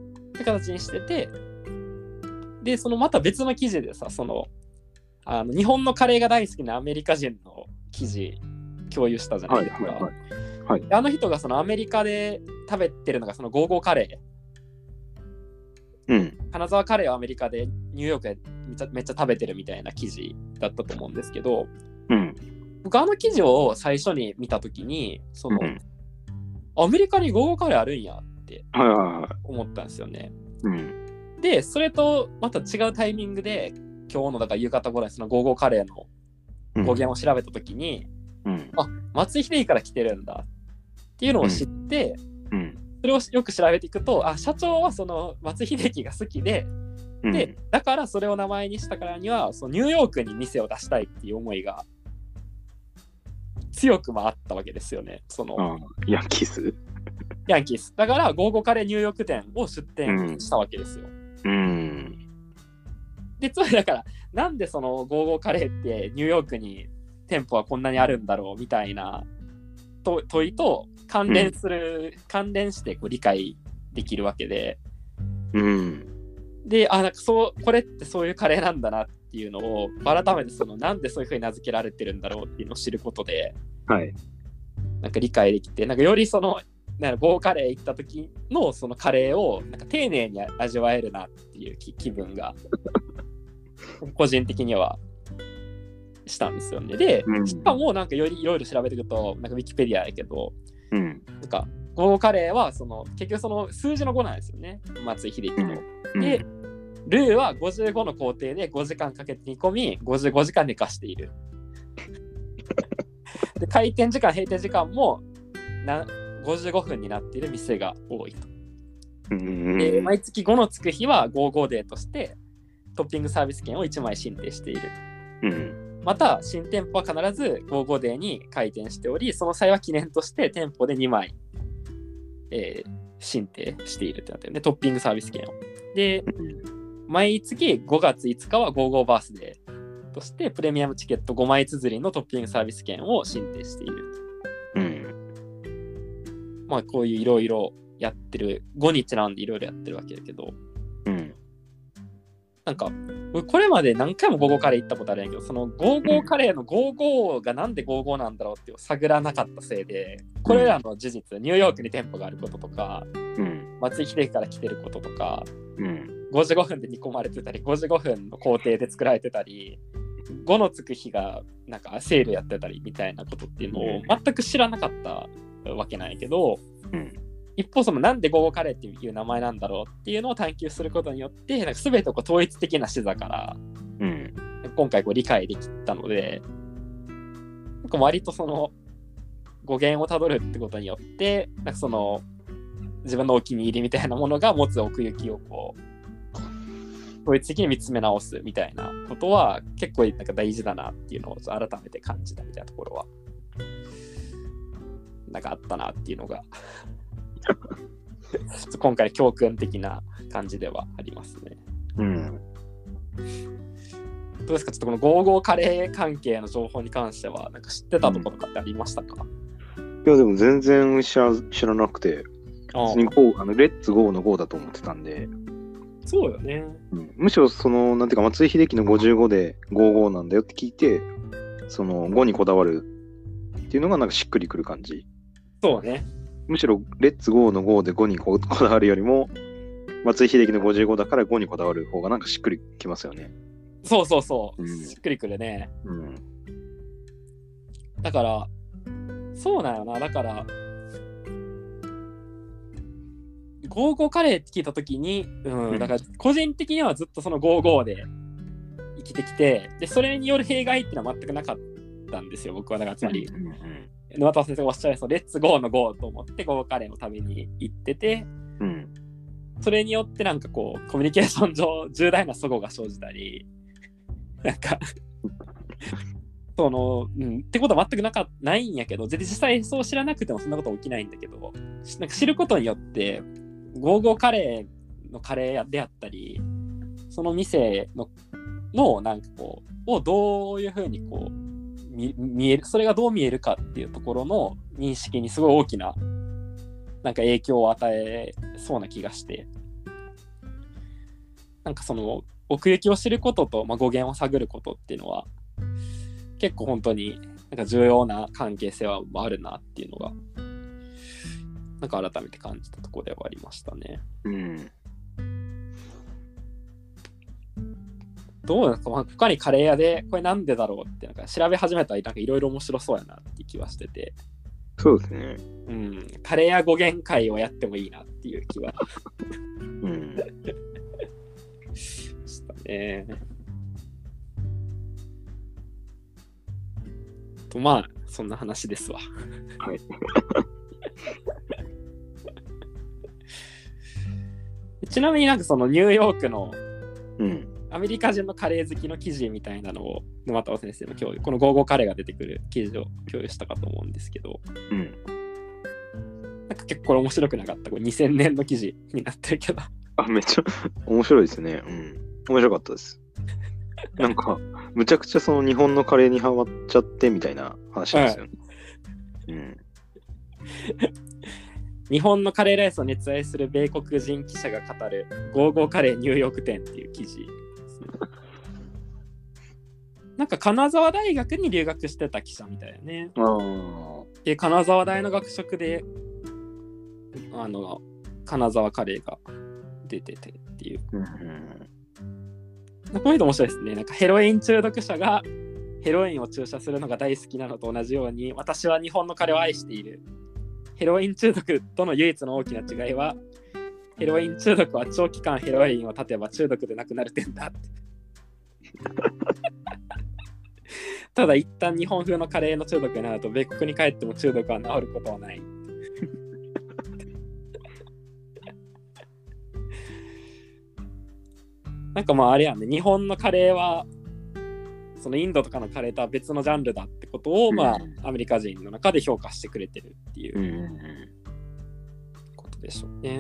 って形にしてて、でそのまた別の記事でさ、そのあの日本のカレーが大好きなアメリカ人の記事共有したじゃないですか、はいはいはいはい、あの人がそのアメリカで食べてるのがそのゴーゴーカレー、うん、金沢カレーをアメリカでニューヨークでめっちゃ、めっちゃ食べてるみたいな記事だったと思うんですけど、うん、僕あの記事を最初に見たときにその、うん、アメリカにゴーゴーカレーあるんやって思ったんですよね、うん、 でそれとまた違うタイミングで今日のだから夕方頃にそのゴーゴーカレーの語源を調べたときに、 うん、 あ、松井秀喜から来てるんだっていうのを知って、 うんうん、 それをよく調べていくと、あ、社長はその松井秀喜が好きで、うん、でだからそれを名前にしたからにはそのニューヨークに店を出したいっていう思いが強くもあったわけですよね。そのあヤンキースヤンキースだからゴーゴーカレーニューヨーク店を出店したわけですよ。 うん、うんでつまりだからなんでそのゴーゴーカレーってニューヨークに店舗はこんなにあるんだろうみたいなと問いと関連する、うん、関連してこう理解できるわけで、 うん、 であなんかそうこれってそういうカレーなんだなっていうのを改めてそのなんでそういう風に名付けられてるんだろうっていうのを知ることで、 はい、 なんか理解できてなんかよりそのなんかゴーカレー行った時のそのカレーをなんか丁寧に味わえるなっていう気分が個人的にはしたんですよね。で、うん、しかもなんかよりいろいろ調べていくとなんかウィキペディアやけど、うん、なんかゴーカレーはその結局その数字のごなんですよね、松井秀喜の、うん、でルーはごじゅうごの工程でごじかんかけて煮込みごじゅうごじかん寝かしているで開店時間閉店時間もなごじゅうごふんになっている店が多いと、うん、で毎月ごのつく日はゴーゴーデーとしてトッピングサービス券をいちまい申請している、うん、また新店舗は必ずゴーゴーデーに開店しておりその際は記念として店舗でにまい、えー、申請しているってなってるね、トッピングサービス券を。で、うん、毎月ごがついつかはゴーゴーバースデーとしてプレミアムチケットごまい綴りのトッピングサービス券を申請している、うん、まあこういういろいろやってるごにちなんでいろいろやってるわけだけど、うん、なんかこれまで何回もゴーゴーカレー行ったことあるんやけどそのゴーゴーカレーのゴーゴーがなんでゴーゴーなんだろうっていう探らなかったせいでこれらの事実、ニューヨークに店舗があることとか、うん、松井秀喜から来てることとか、うん、ごじゅうごふんで煮込まれてたりごじゅうごふんの工程で作られてたりごのつく日がなんかセールやってたりみたいなことっていうのを全く知らなかったわけなんやけど、うん、一方そのなんでゴーゴーカレーっていう名前なんだろうっていうのを探求することによってなんか全てこう統一的な視座から、うん、今回こう理解できたのでなんか割とその語源をたどるってことによってなんかその自分のお気に入りみたいなものが持つ奥行きをこう統一的に見つめ直すみたいなことは結構なんか大事だなっていうのを改めて感じたみたいなところはなんかあったなっていうのが今回教訓的な感じではありますね。うん。どうですか、ちょっとこのゴーゴーカレー関係の情報に関してはなんか知ってたところとかってありましたか？ うん、いやでも全然知ら、知らなくて、ああのレッツゴーのゴーだと思ってたんで。 そうよね、 うん。むしろそのなんていうか松井秀喜のごじゅうごでゴーゴーなんだよって聞いて、そのごにこだわるっていうのがなんかしっくりくる感じ。 そうね。 むしろレッツゴーのごでごにこだわるよりも松井秀喜のごじゅうごだからごにこだわる方がなんかしっくりきますよね。 そうそうそう、うん、しっくりくるね、うん、だからそうなんよな。だからゴーゴーカレーって聞いたときに、うん、だから個人的にはずっとそのゴーゴーで生きてきてでそれによる弊害っていうのは全くなかったんですよ僕は。だからつまり、うんうん、沼田先生がおっしゃるそのレッツゴーのゴーと思ってゴーカレーのために行ってて、うん、それによってなんかこうコミュニケーション上重大な齟齬が生じたりなんかその、うん、ってことは全くなかないんやけど実際そう知らなくてもそんなこと起きないんだけどなんか知ることによってゴーゴーカレーのカレーであったりその店ののなんかこうをどういうふうにこう見、見えるそれがどう見えるかっていうところの認識にすごい大きななんか影響を与えそうな気がしてなんかその奥行きを知ることと、まあ、語源を探ることっていうのは結構本当になんか重要な関係性はあるなっていうのがなんか改めて感じたところではありましたね。うん。どうなんですか、まあ、他にカレー屋でこれなんでだろうってなんか調べ始めたらなんかいろいろ面白そうやなって気はしてて。 そうですね。 うん。カレー屋語源会をやってもいいなっていう気は。うん。 ね。とまあそんな話ですわ。 はい。 ちなみになんかそのニューヨークのうんアメリカ人のカレー好きの記事みたいなのを沼田先生も共有、このゴーゴーカレーが出てくる記事を共有したかと思うんですけど、 うん、 なんか結構これ面白くなかった。これにせんねんの記事になってるけど。 あ、めっちゃ面白いですね。うん。面白かったです。なんか、むちゃくちゃその日本のカレーにハマっちゃってみたいな話ですよね。はい、うん。 日本のカレーライスを熱愛する米国人記者が語るゴーゴーカレーニューヨーク店っていう記事。なんか金沢大学に留学してた記者みたいなね。 あで、金沢大の学食で、あの、金沢カレーが出ててっていう。 うんうん、 こういうの面白いですね。なんかヘロイン中毒者がヘロインを注射するのが大好きなのと同じように、私は日本のカレーを愛している。ヘロイン中毒との唯一の大きな違いは、ヘロイン中毒は長期間ヘロインを断てば中毒でなくなる点だって。ただ一旦日本風のカレーの中毒になると米国に帰っても中毒は治ることはない。なんかまああれやね、日本のカレーはそのインドとかのカレーとは別のジャンルだってことを、まあアメリカ人の中で評価してくれてるっていうことでしょうね。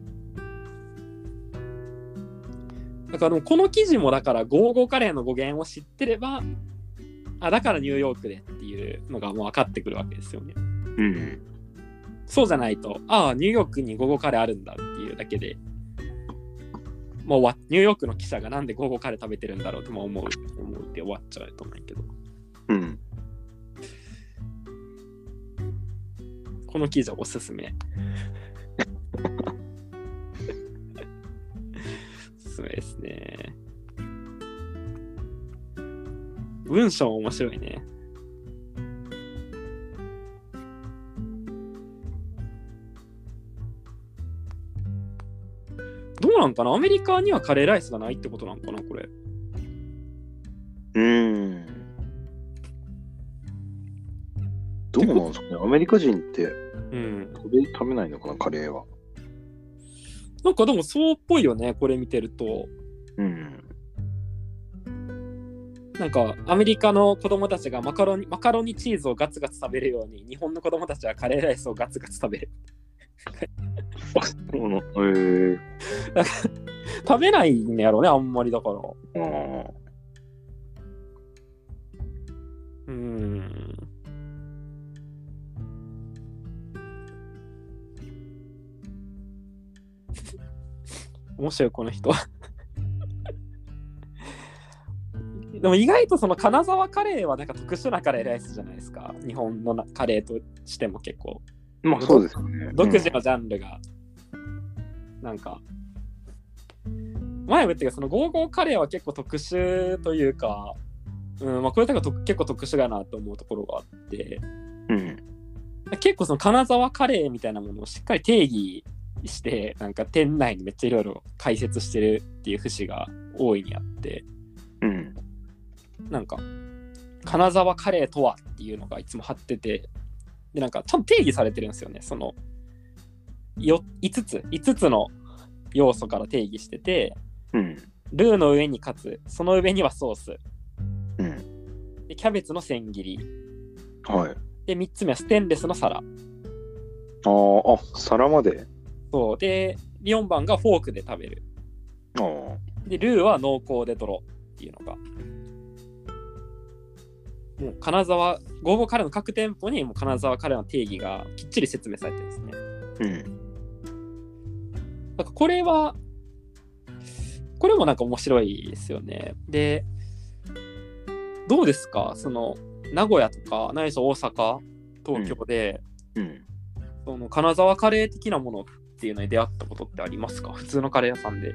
だからでもこの記事もだからゴーゴーカレーの語源を知ってれば、あだからニューヨークでっていうのがもう分かってくるわけですよね。 うん、 そうじゃないと、ああニューヨークにゴーゴーカレーあるんだっていうだけで、もうニューヨークの記者がなんでゴーゴーカレー食べてるんだろうと思う思って終わっちゃうと思うけど、 うん、 この記事はおすすめ。おすすめですね。文章面白いね。どうなんかな、アメリカにはカレーライスがないってことなんかな、これ。 うーん。どうなんですかね、アメリカ人って、うん、これ食べないのかな、カレーは。 なんかでもそうっぽいよね、これ見てると。 うん。 なんかアメリカの子供たちがマカロニマカロニチーズをガツガツ食べるように、日本の子供たちはカレーライスをガツガツ食べる。 あ、そうなの。へえ。 食べないんやろね、あんまりだから。 うん。 うーん。面白いこの人。でも意外とその金沢カレーはなんか特殊なカレーライスじゃないですか。日本のカレーとしても結構。 まあそうですよね。 独自のジャンルが、うん、なんか前も言ったけど、そのゴーゴーカレーは結構特殊というか、うんまあ、これとかと結構特殊だなと思うところがあって、 うん、 結構その金沢カレーみたいなものをしっかり定義して、なんか店内にめっちゃいろいろ解説してるっていう節が大いにあって、 うん、 なんか金沢カレーとはっていうのがいつも貼ってて、でなんかちゃんと定義されてるんですよね。そのよいつついつつの要素から定義してて、 うん、 ルーの上にカツ、その上にはソース、 うん、 でキャベツの千切り、 はい、 でみっつめはステンレスの皿。 ああ、皿まで。 そうでよんばんがフォークで食べる。 あでルーは濃厚でとろっていうのが、もう金沢ゴーゴーカレーの各店舗にもう金沢カレーの定義がきっちり説明されてるんですね。 うん。 なんかこれはこれもなんか面白いですよね。でどうですか、その名古屋とかないし大阪東京で、 うんうん、その金沢カレー的なものっていうのに出会ったことってありますか？普通のカレー屋さんで。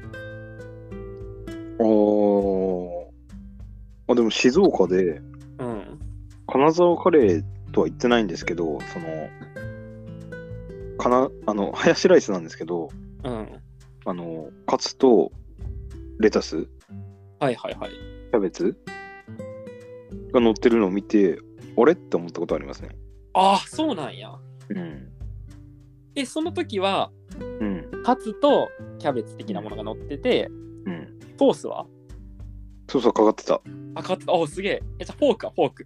ああ、でも静岡で、うん、金沢カレーとは言ってないんですけど、そのかなあのハヤシライスなんですけど、 うん、 あのカツとレタスはいはいはい。 キャベツが乗ってるのを見て、あれって思ったことありますね。 ああ、そうなんや。 うん。 え、その時は、 うん。 カツとキャベツ的なものが乗ってて、 うん。 ソースはそうそう、かかってた。 あ、かかってた。お、すげえ。え、じゃあフォークはフォーク。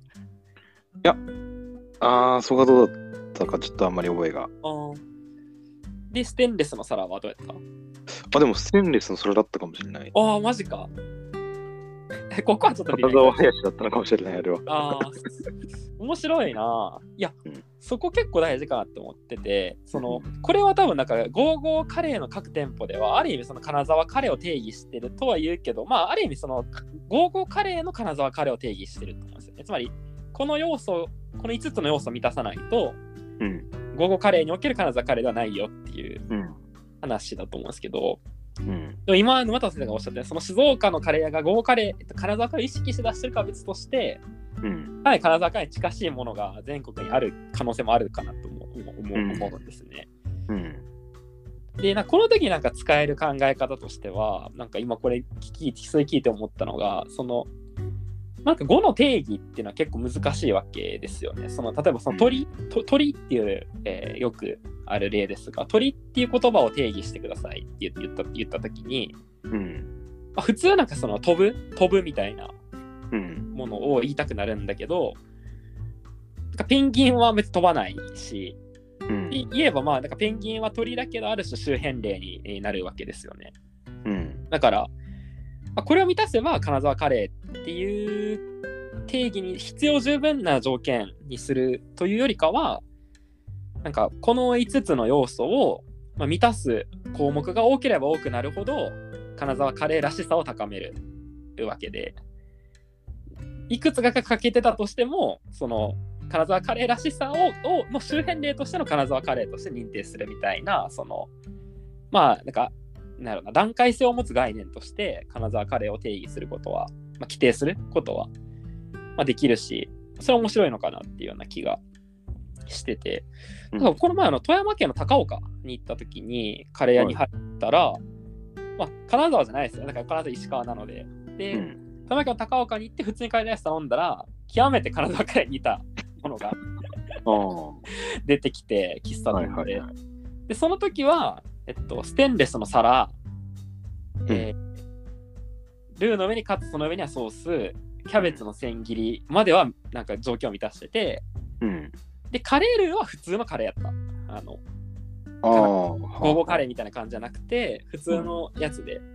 あー、そこがどうだったかちょっとあんまり覚えが。 あーで、ステンレスの皿はどうやった？ あ、でもステンレスのそれだったかもしれない。 ああ、マジか。ここはちょっと微妙片沢林だったのかもしれない、あれは。 ああ、面白いな。いや、 うん、 そこ結構大事かなって思ってて、そのこれは多分なんかゴーゴーカレーの各店舗ではある意味その金沢カレーを定義してるとは言うけど、まあある意味そのゴーゴーカレーの金沢カレーを定義してると思うんですよね。つまりこの要素、このいつつの要素を満たさないと、 うん、 ゴーゴーカレーにおける金沢カレーではないよっていううん話だと思うんですけど、 うん、 でも今沼田先生がおっしゃったように、その静岡のカレー屋がゴーゴーカレー、えっと、金沢カレーを意識して出してるかは別として、 うん、 はい、金沢カレーに近しいものが全国にある可能性もあるかなと思う、思う、思うんですね。 うん、 で、なんかこの時になんか使える考え方としては、なんか今これ聞き、それ聞いて思ったのが、その、なんか語の定義っていうのは結構難しいわけですよね。その例えばその鳥、と鳥っていう、えーよくある例ですが、鳥っていう言葉を定義してくださいって言った言った時に、 うんまあ、普通なんかその飛ぶ飛ぶみたいなうんものを言いたくなるんだけど、なんかペンギンは別に飛ばないし、 うんい言えばまあなんかペンギンは鳥だけどある種周辺例になるわけですよね。 うんだから、まあ、これを満たせば金沢カレーっていう定義に必要十分な条件にするというよりかは、なんかこのいつつの要素をまあ満たす項目が多ければ多くなるほど金沢カレーらしさを高めるわけで、いくつかが欠けてたとしても、その金沢カレーらしさををの周辺例としての金沢カレーとして認定するみたいな、そのまあなんかなるな段階性を持つ概念として金沢カレーを定義することは、まあ、規定することは、まあ、できるし、それは面白いのかなっていうような気がしてて、だからこの前あの富山県の高岡に行った時にカレー屋に入ったら、はい、まあ金沢じゃないですよ、だから金沢石川なので、で、うん、富山県の高岡に行って普通にカレーライス頼んだら極めて金沢カレーに似たものが出てきて喫茶店で、はいはいはい、でその時はえっとステンレスの皿、うんえー、ルーの上にカツ、その上にはソース、キャベツの千切りまではなんか条件を満たしてて、うんでカレールーは普通のカレーやった。あのゴーゴーカレーみたいな感じじゃなくて普通のやつで、うん、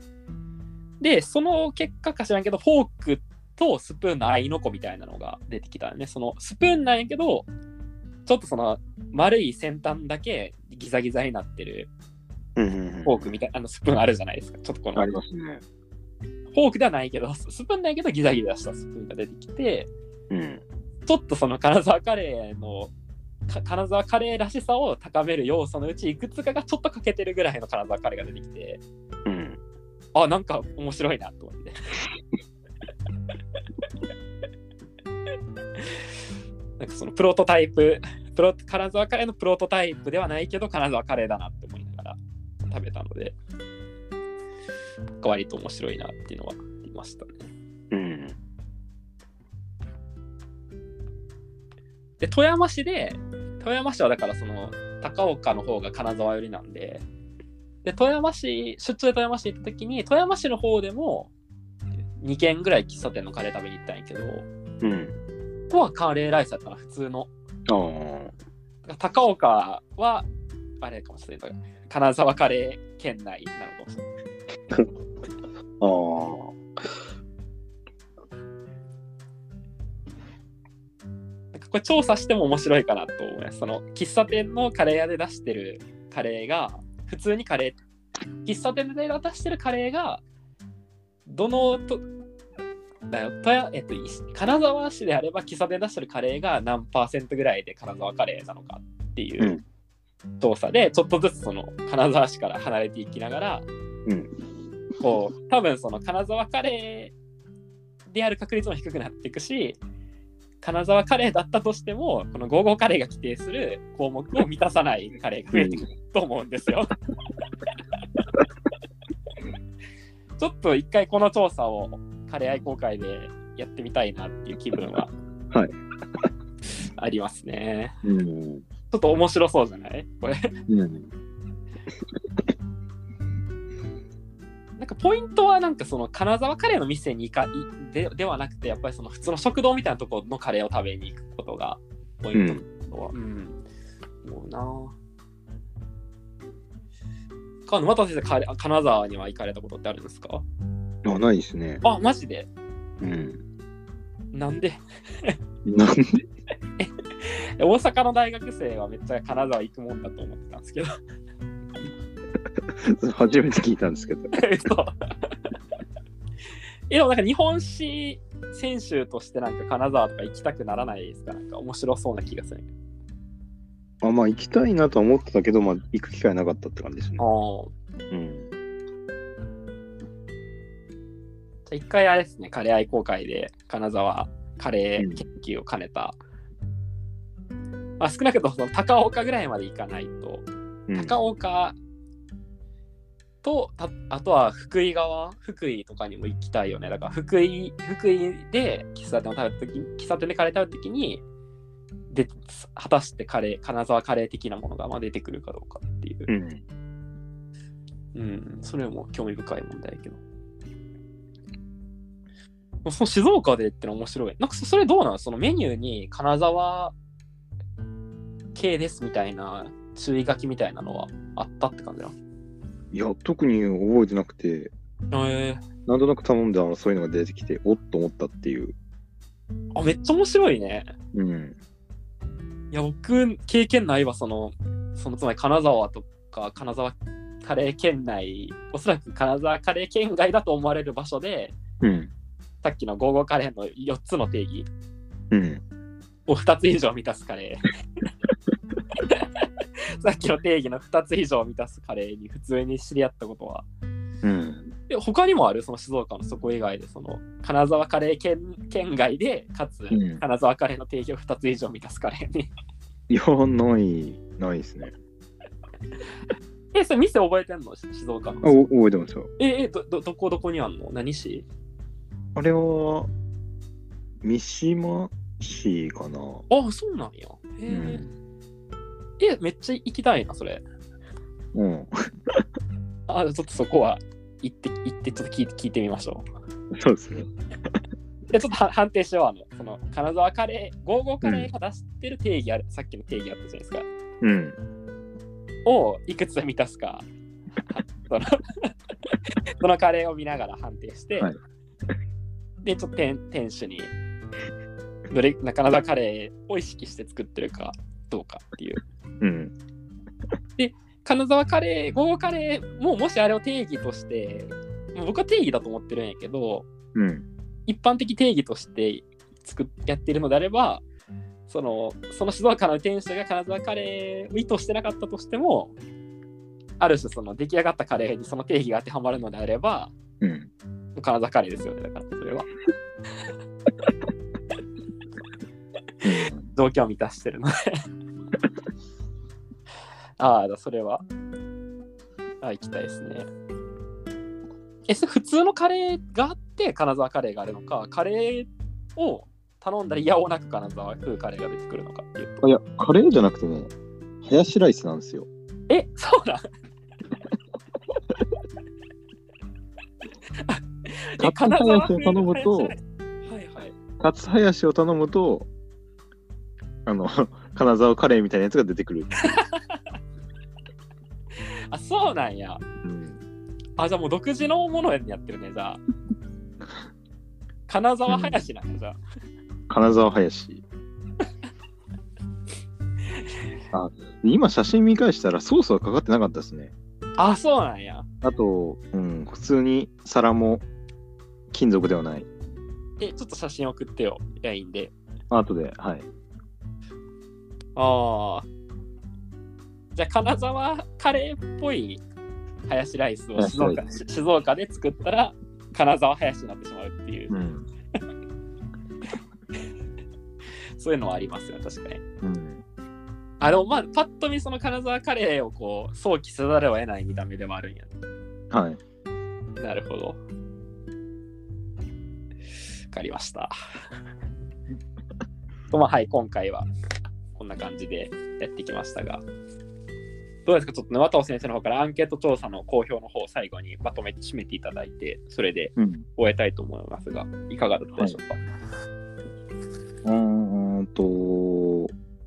でその結果か知らんけどフォークとスプーンの合いの子みたいなのが出てきたね。そのスプーンなんやけどちょっとその丸い先端だけギザギザになってるフォークみたいな、あのスプーンあるじゃないですか。ちょっとこのありますね。 フォークではないけどスプーンなんやけどギザギザしたスプーンが出てきて、うん、ちょっとその金沢カレーの金沢カレーらしさを高める要素のうちいくつかがちょっと欠けてるぐらいの金沢カレーが出てきて、うん、あ、なんか面白いなと思ってなんかそのプロトタイププロ金沢カレーのプロトタイプではないけど金沢カレーだなって思いながら食べたので割と面白いなっていうのはありましたね。うん、で富山市で富山市はだからその高岡の方が金沢寄りなんで、で富山市出張で富山市行った時に富山市の方でもにけんぐらい喫茶店のカレー食べに行ったんやけど、うん、ここはカレーライスだったな、普通の。高岡はあれかもしれない、金沢カレー圏内なのかもしれないああこれ調査しても面白いかなと思います。その喫茶店のカレー屋で出してるカレーが普通にカレー喫茶店で出してるカレーがどのとだよとや、えっと、金沢市であれば喫茶店で出してるカレーが何パーセントぐらいで金沢カレーなのかっていう調査で、ちょっとずつその金沢市から離れていきながら、うん、こう多分その金沢カレーである確率も低くなっていくし、金沢カレーだったとしてもこのゴーゴーカレーが規定する項目を満たさないカレーが増えてくると思うんですよちょっと一回この調査をカレー愛好会でやってみたいなっていう気分ははいありますね。 うん、 ちょっと面白そうじゃないこれ、 うん、 なんかポイントはなんかその金沢カレーの店に行かい で, ではなくてやっぱりその普通の食堂みたいなところのカレーを食べに行くことがポイントは、うん、うん、思うな。かまた先生カレー金沢には行かれたことってあるんですか？ あ、ないですね。 あ、マジで？ うん。 なんで？ なんで大阪の大学生はめっちゃ金沢行くもんだと思ってたんですけど初めて聞いたんですけどそうえでもなんか日本史選手としてなんか金沢とか行きたくならないですか？なんか面白そうな気がする。 あ、まあ行きたいなとは思ってたけど、まあ行く機会なかったって感じですね。 ああ、 うん。 じゃあ一回あれですね、カレー愛好会で金沢カレー研究を兼ねた、うん、まあ少なくともその高岡ぐらいまで行かないと、うん、高岡とたあとは福井側福井とかにも行きたいよね。だから福井福井で喫茶店を食べた時喫茶店でカレー食べた時にで果たしてカレー金沢カレー的なものがまあ出てくるかどうかっていう、うん、うん、それも興味深い問題やけど、その静岡でっての面白い。なんかそれどうなの？そのメニューに金沢系ですみたいな注意書きみたいなのはあったって感じなの？ いや、特に覚えてなくて、 えー、 なんとなく頼んだらそういうのが出てきて、おっと思ったっていう。 あ、めっちゃ面白いね。 うん。 いや、僕、経験ないわ、その、そのつまり金沢とか、金沢カレー圏内、おそらく金沢カレー圏外だと思われる場所で、 うん、 さっきのゴーゴーカレーのよっつの定義をふたつ以上満たすカレー。さっきの定義のふたつ以上満たすカレーに普通に知り合ったことは。 うん、 で他にもある？その静岡のそこ以外で、その金沢カレー 圏, 圏外で、かつ、うん、金沢カレーの定義をふたつ以上満たすカレーに。 いや、ない、ないですね。 え、それ店覚えてんの？静岡の。 あ、覚えてますよ。 え、え、ど、ど、どこどこにあんの？何市？ あれは、三島市かな。 あ、そうなんや。へえ、うん。え、めっちゃ行きたいな、それ。 うん。 あ、ちょっとそこは行って、行って、ちょっと聞いて、聞いてみましょう。そうですね。 で、ちょっと判定しよう。あの、その、金沢カレー、ゴーゴーカレーが出してる定義ある、うん、さっきの定義あったじゃないですか。 うん。 をいくつで満たすか。その、そのカレーを見ながら判定して、はい、で、ちょっと店、店主に、どれ、金沢カレーを意識して作ってるかどうかっていう。 うん。 で、金沢カレー、ゴーゴーカレーももしあれを定義として、もう僕は定義だと思ってるんやけど、 うん、 一般的定義として作っやってるのであれば、その、その静岡の店主が金沢カレーを意図してなかったとしても、ある種その出来上がったカレーにその定義が当てはまるのであれば、 うん、 金沢カレーですよね。だからそれは条件を満たしてるのでああ、それはあ、行きたいですね。え、それ普通のカレーがあって金沢カレーがあるのか、カレーを頼んだらいやおなく金沢風カレーが出てくるのかっていうと。 いや、カレーじゃなくてね、ハヤシライスなんですよ。 え、そうなんカツハヤシを頼むと、はいはい、カツハヤシを頼むと、あの、金沢カレーみたいなやつが出てくる。 あ、そうなんや。うん、あ、じゃあもう独自のものやってるね、じゃあ。金沢林なんだ、じゃあ。 金沢林。あ、今写真見返したらソースはかかってなかったですね。 あ、そうなんや。 あと、うん、普通に皿も金属ではない。 え、ちょっと写真送ってよ。いや、いいんで。 後で、はい。 ああ。じゃあ、金沢カレーっぽいハヤシライスを静岡、静岡で作ったら、金沢ハヤシになってしまうっていう。うん、そういうのはありますよ、確かに。うん、あの、まあ、パッと見その金沢カレーをこう想起せざるを得ない見た目でもあるんや。 はい。 なるほど。 かりました。とまあはい、今回はこんな感じでやってきましたが、どうですか？ちょっと沼田先生の方からアンケート調査の公表の方を最後にまとめて締めていただいて、それで終えたいと思いますが、うん、いかがだったでしょうか？はい、 うーんと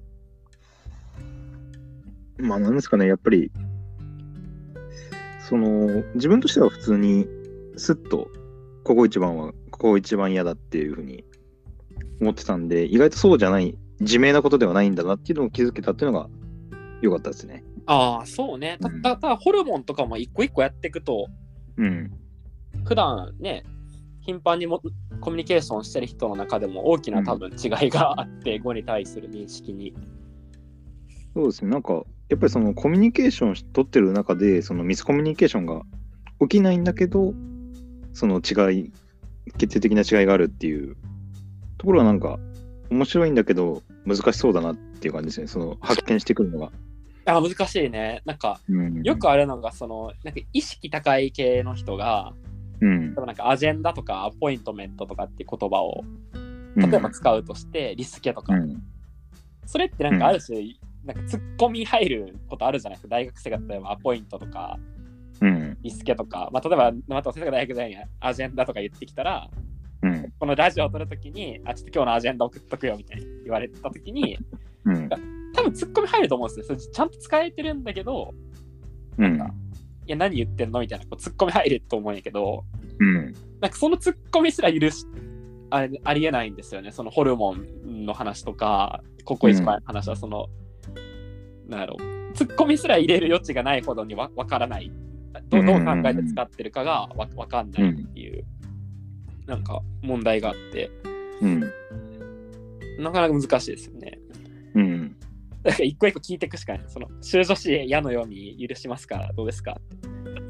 まあなんですかね、やっぱりその自分としては普通にスッとここ一番はここ一番嫌だっていうふうに思ってたんで、意外とそうじゃない自明なことではないんだなっていうのを気づけたっていうのが良かったですね。 ああ、そうね。ただ、ただホルモンとかも一個一個やっていくと、 うん、 普段ね頻繁にもコミュニケーションしてる人の中でも大きな多分違いがあって、うん、語に対する認識に。 そうですね。なんかやっぱりそのコミュニケーション取ってる中でそのミスコミュニケーションが起きないんだけど、その違い決定的な違いがあるっていうところはなんか面白いんだけど難しそうだなっていう感じですね。その発見してくるのが。 あ、難しいね。なんか、うん、よくあるのがそのなんか意識高い系の人が、うん、なんかアジェンダとかアポイントメントとかっていう言葉を例えば使うとして、うん、リスケとか、うん、それってなんかある種、うん、なんかツッコミ入ることあるじゃないですか。大学生が例えばアポイントとか、うん、リスケとか、まあ、例えばまた先生が大学時代にアジェンダとか言ってきたら、うん、このラジオを撮るときにあちょっと今日のアジェンダ送っとくよみたいに言われたときに、うん、多分ツッコミ入ると思うんですよ。それちゃんと使えてるんだけど、なんか、うん、いや何言ってんのみたいなこうツッコミ入ると思うんやけど、うん、なんかそのツッコミすら許し あ, ありえないんですよね。そのホルモンの話とかここ一番の話はその、うん、なんだろう、ツッコミすら入れる余地がないほどにわ分からない、どう、どう考えて使ってるかがわ分かんないっていう、うん、なんか問題があって、うん、なかなか難しいですよね。うん。だから一個一個聞いていくしかない。その修助詞矢の読み許しますかどうですかって。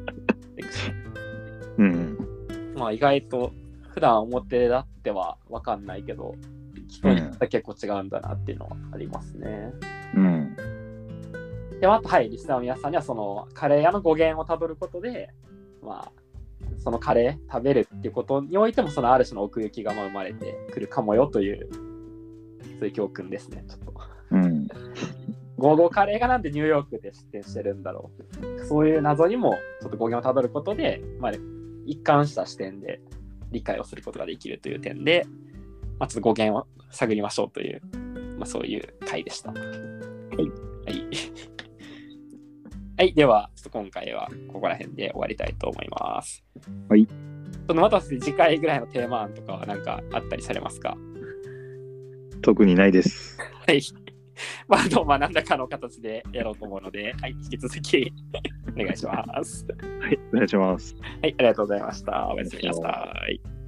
うん。まあ意外と普段表だっては分かんないけど、人によって結構違うんだなっていうのはありますね。うん。で、あとはい、リスナーの皆さんにはそのカレー屋の語源をたどることで、まあそのカレー食べるっていうことにおいてもそのある種の奥行きが生まれてくるかもよという、そういう教訓ですね。ちょっと。うん。ゴーゴーカレーがなんでニューヨークで出店してるんだろう。そういう謎にもちょっと語源をたどることで、まあ、一貫した視点で理解をすることができるという点で、まあ、ちょっと語源を探りましょうという、まあ、そういう回でした。はい。はい。はい、では、ちょっと今回はここら辺で終わりたいと思います。はい。ちょっとまた次回ぐらいのテーマ案とかは何かあったりされますか？ 特にないです。 はい。まあ、どうまあ何らかの形でやろうと思うので、はい、引き続きお願いします。 はい、お願いします。 はい、ありがとうございました。おやすみなさい。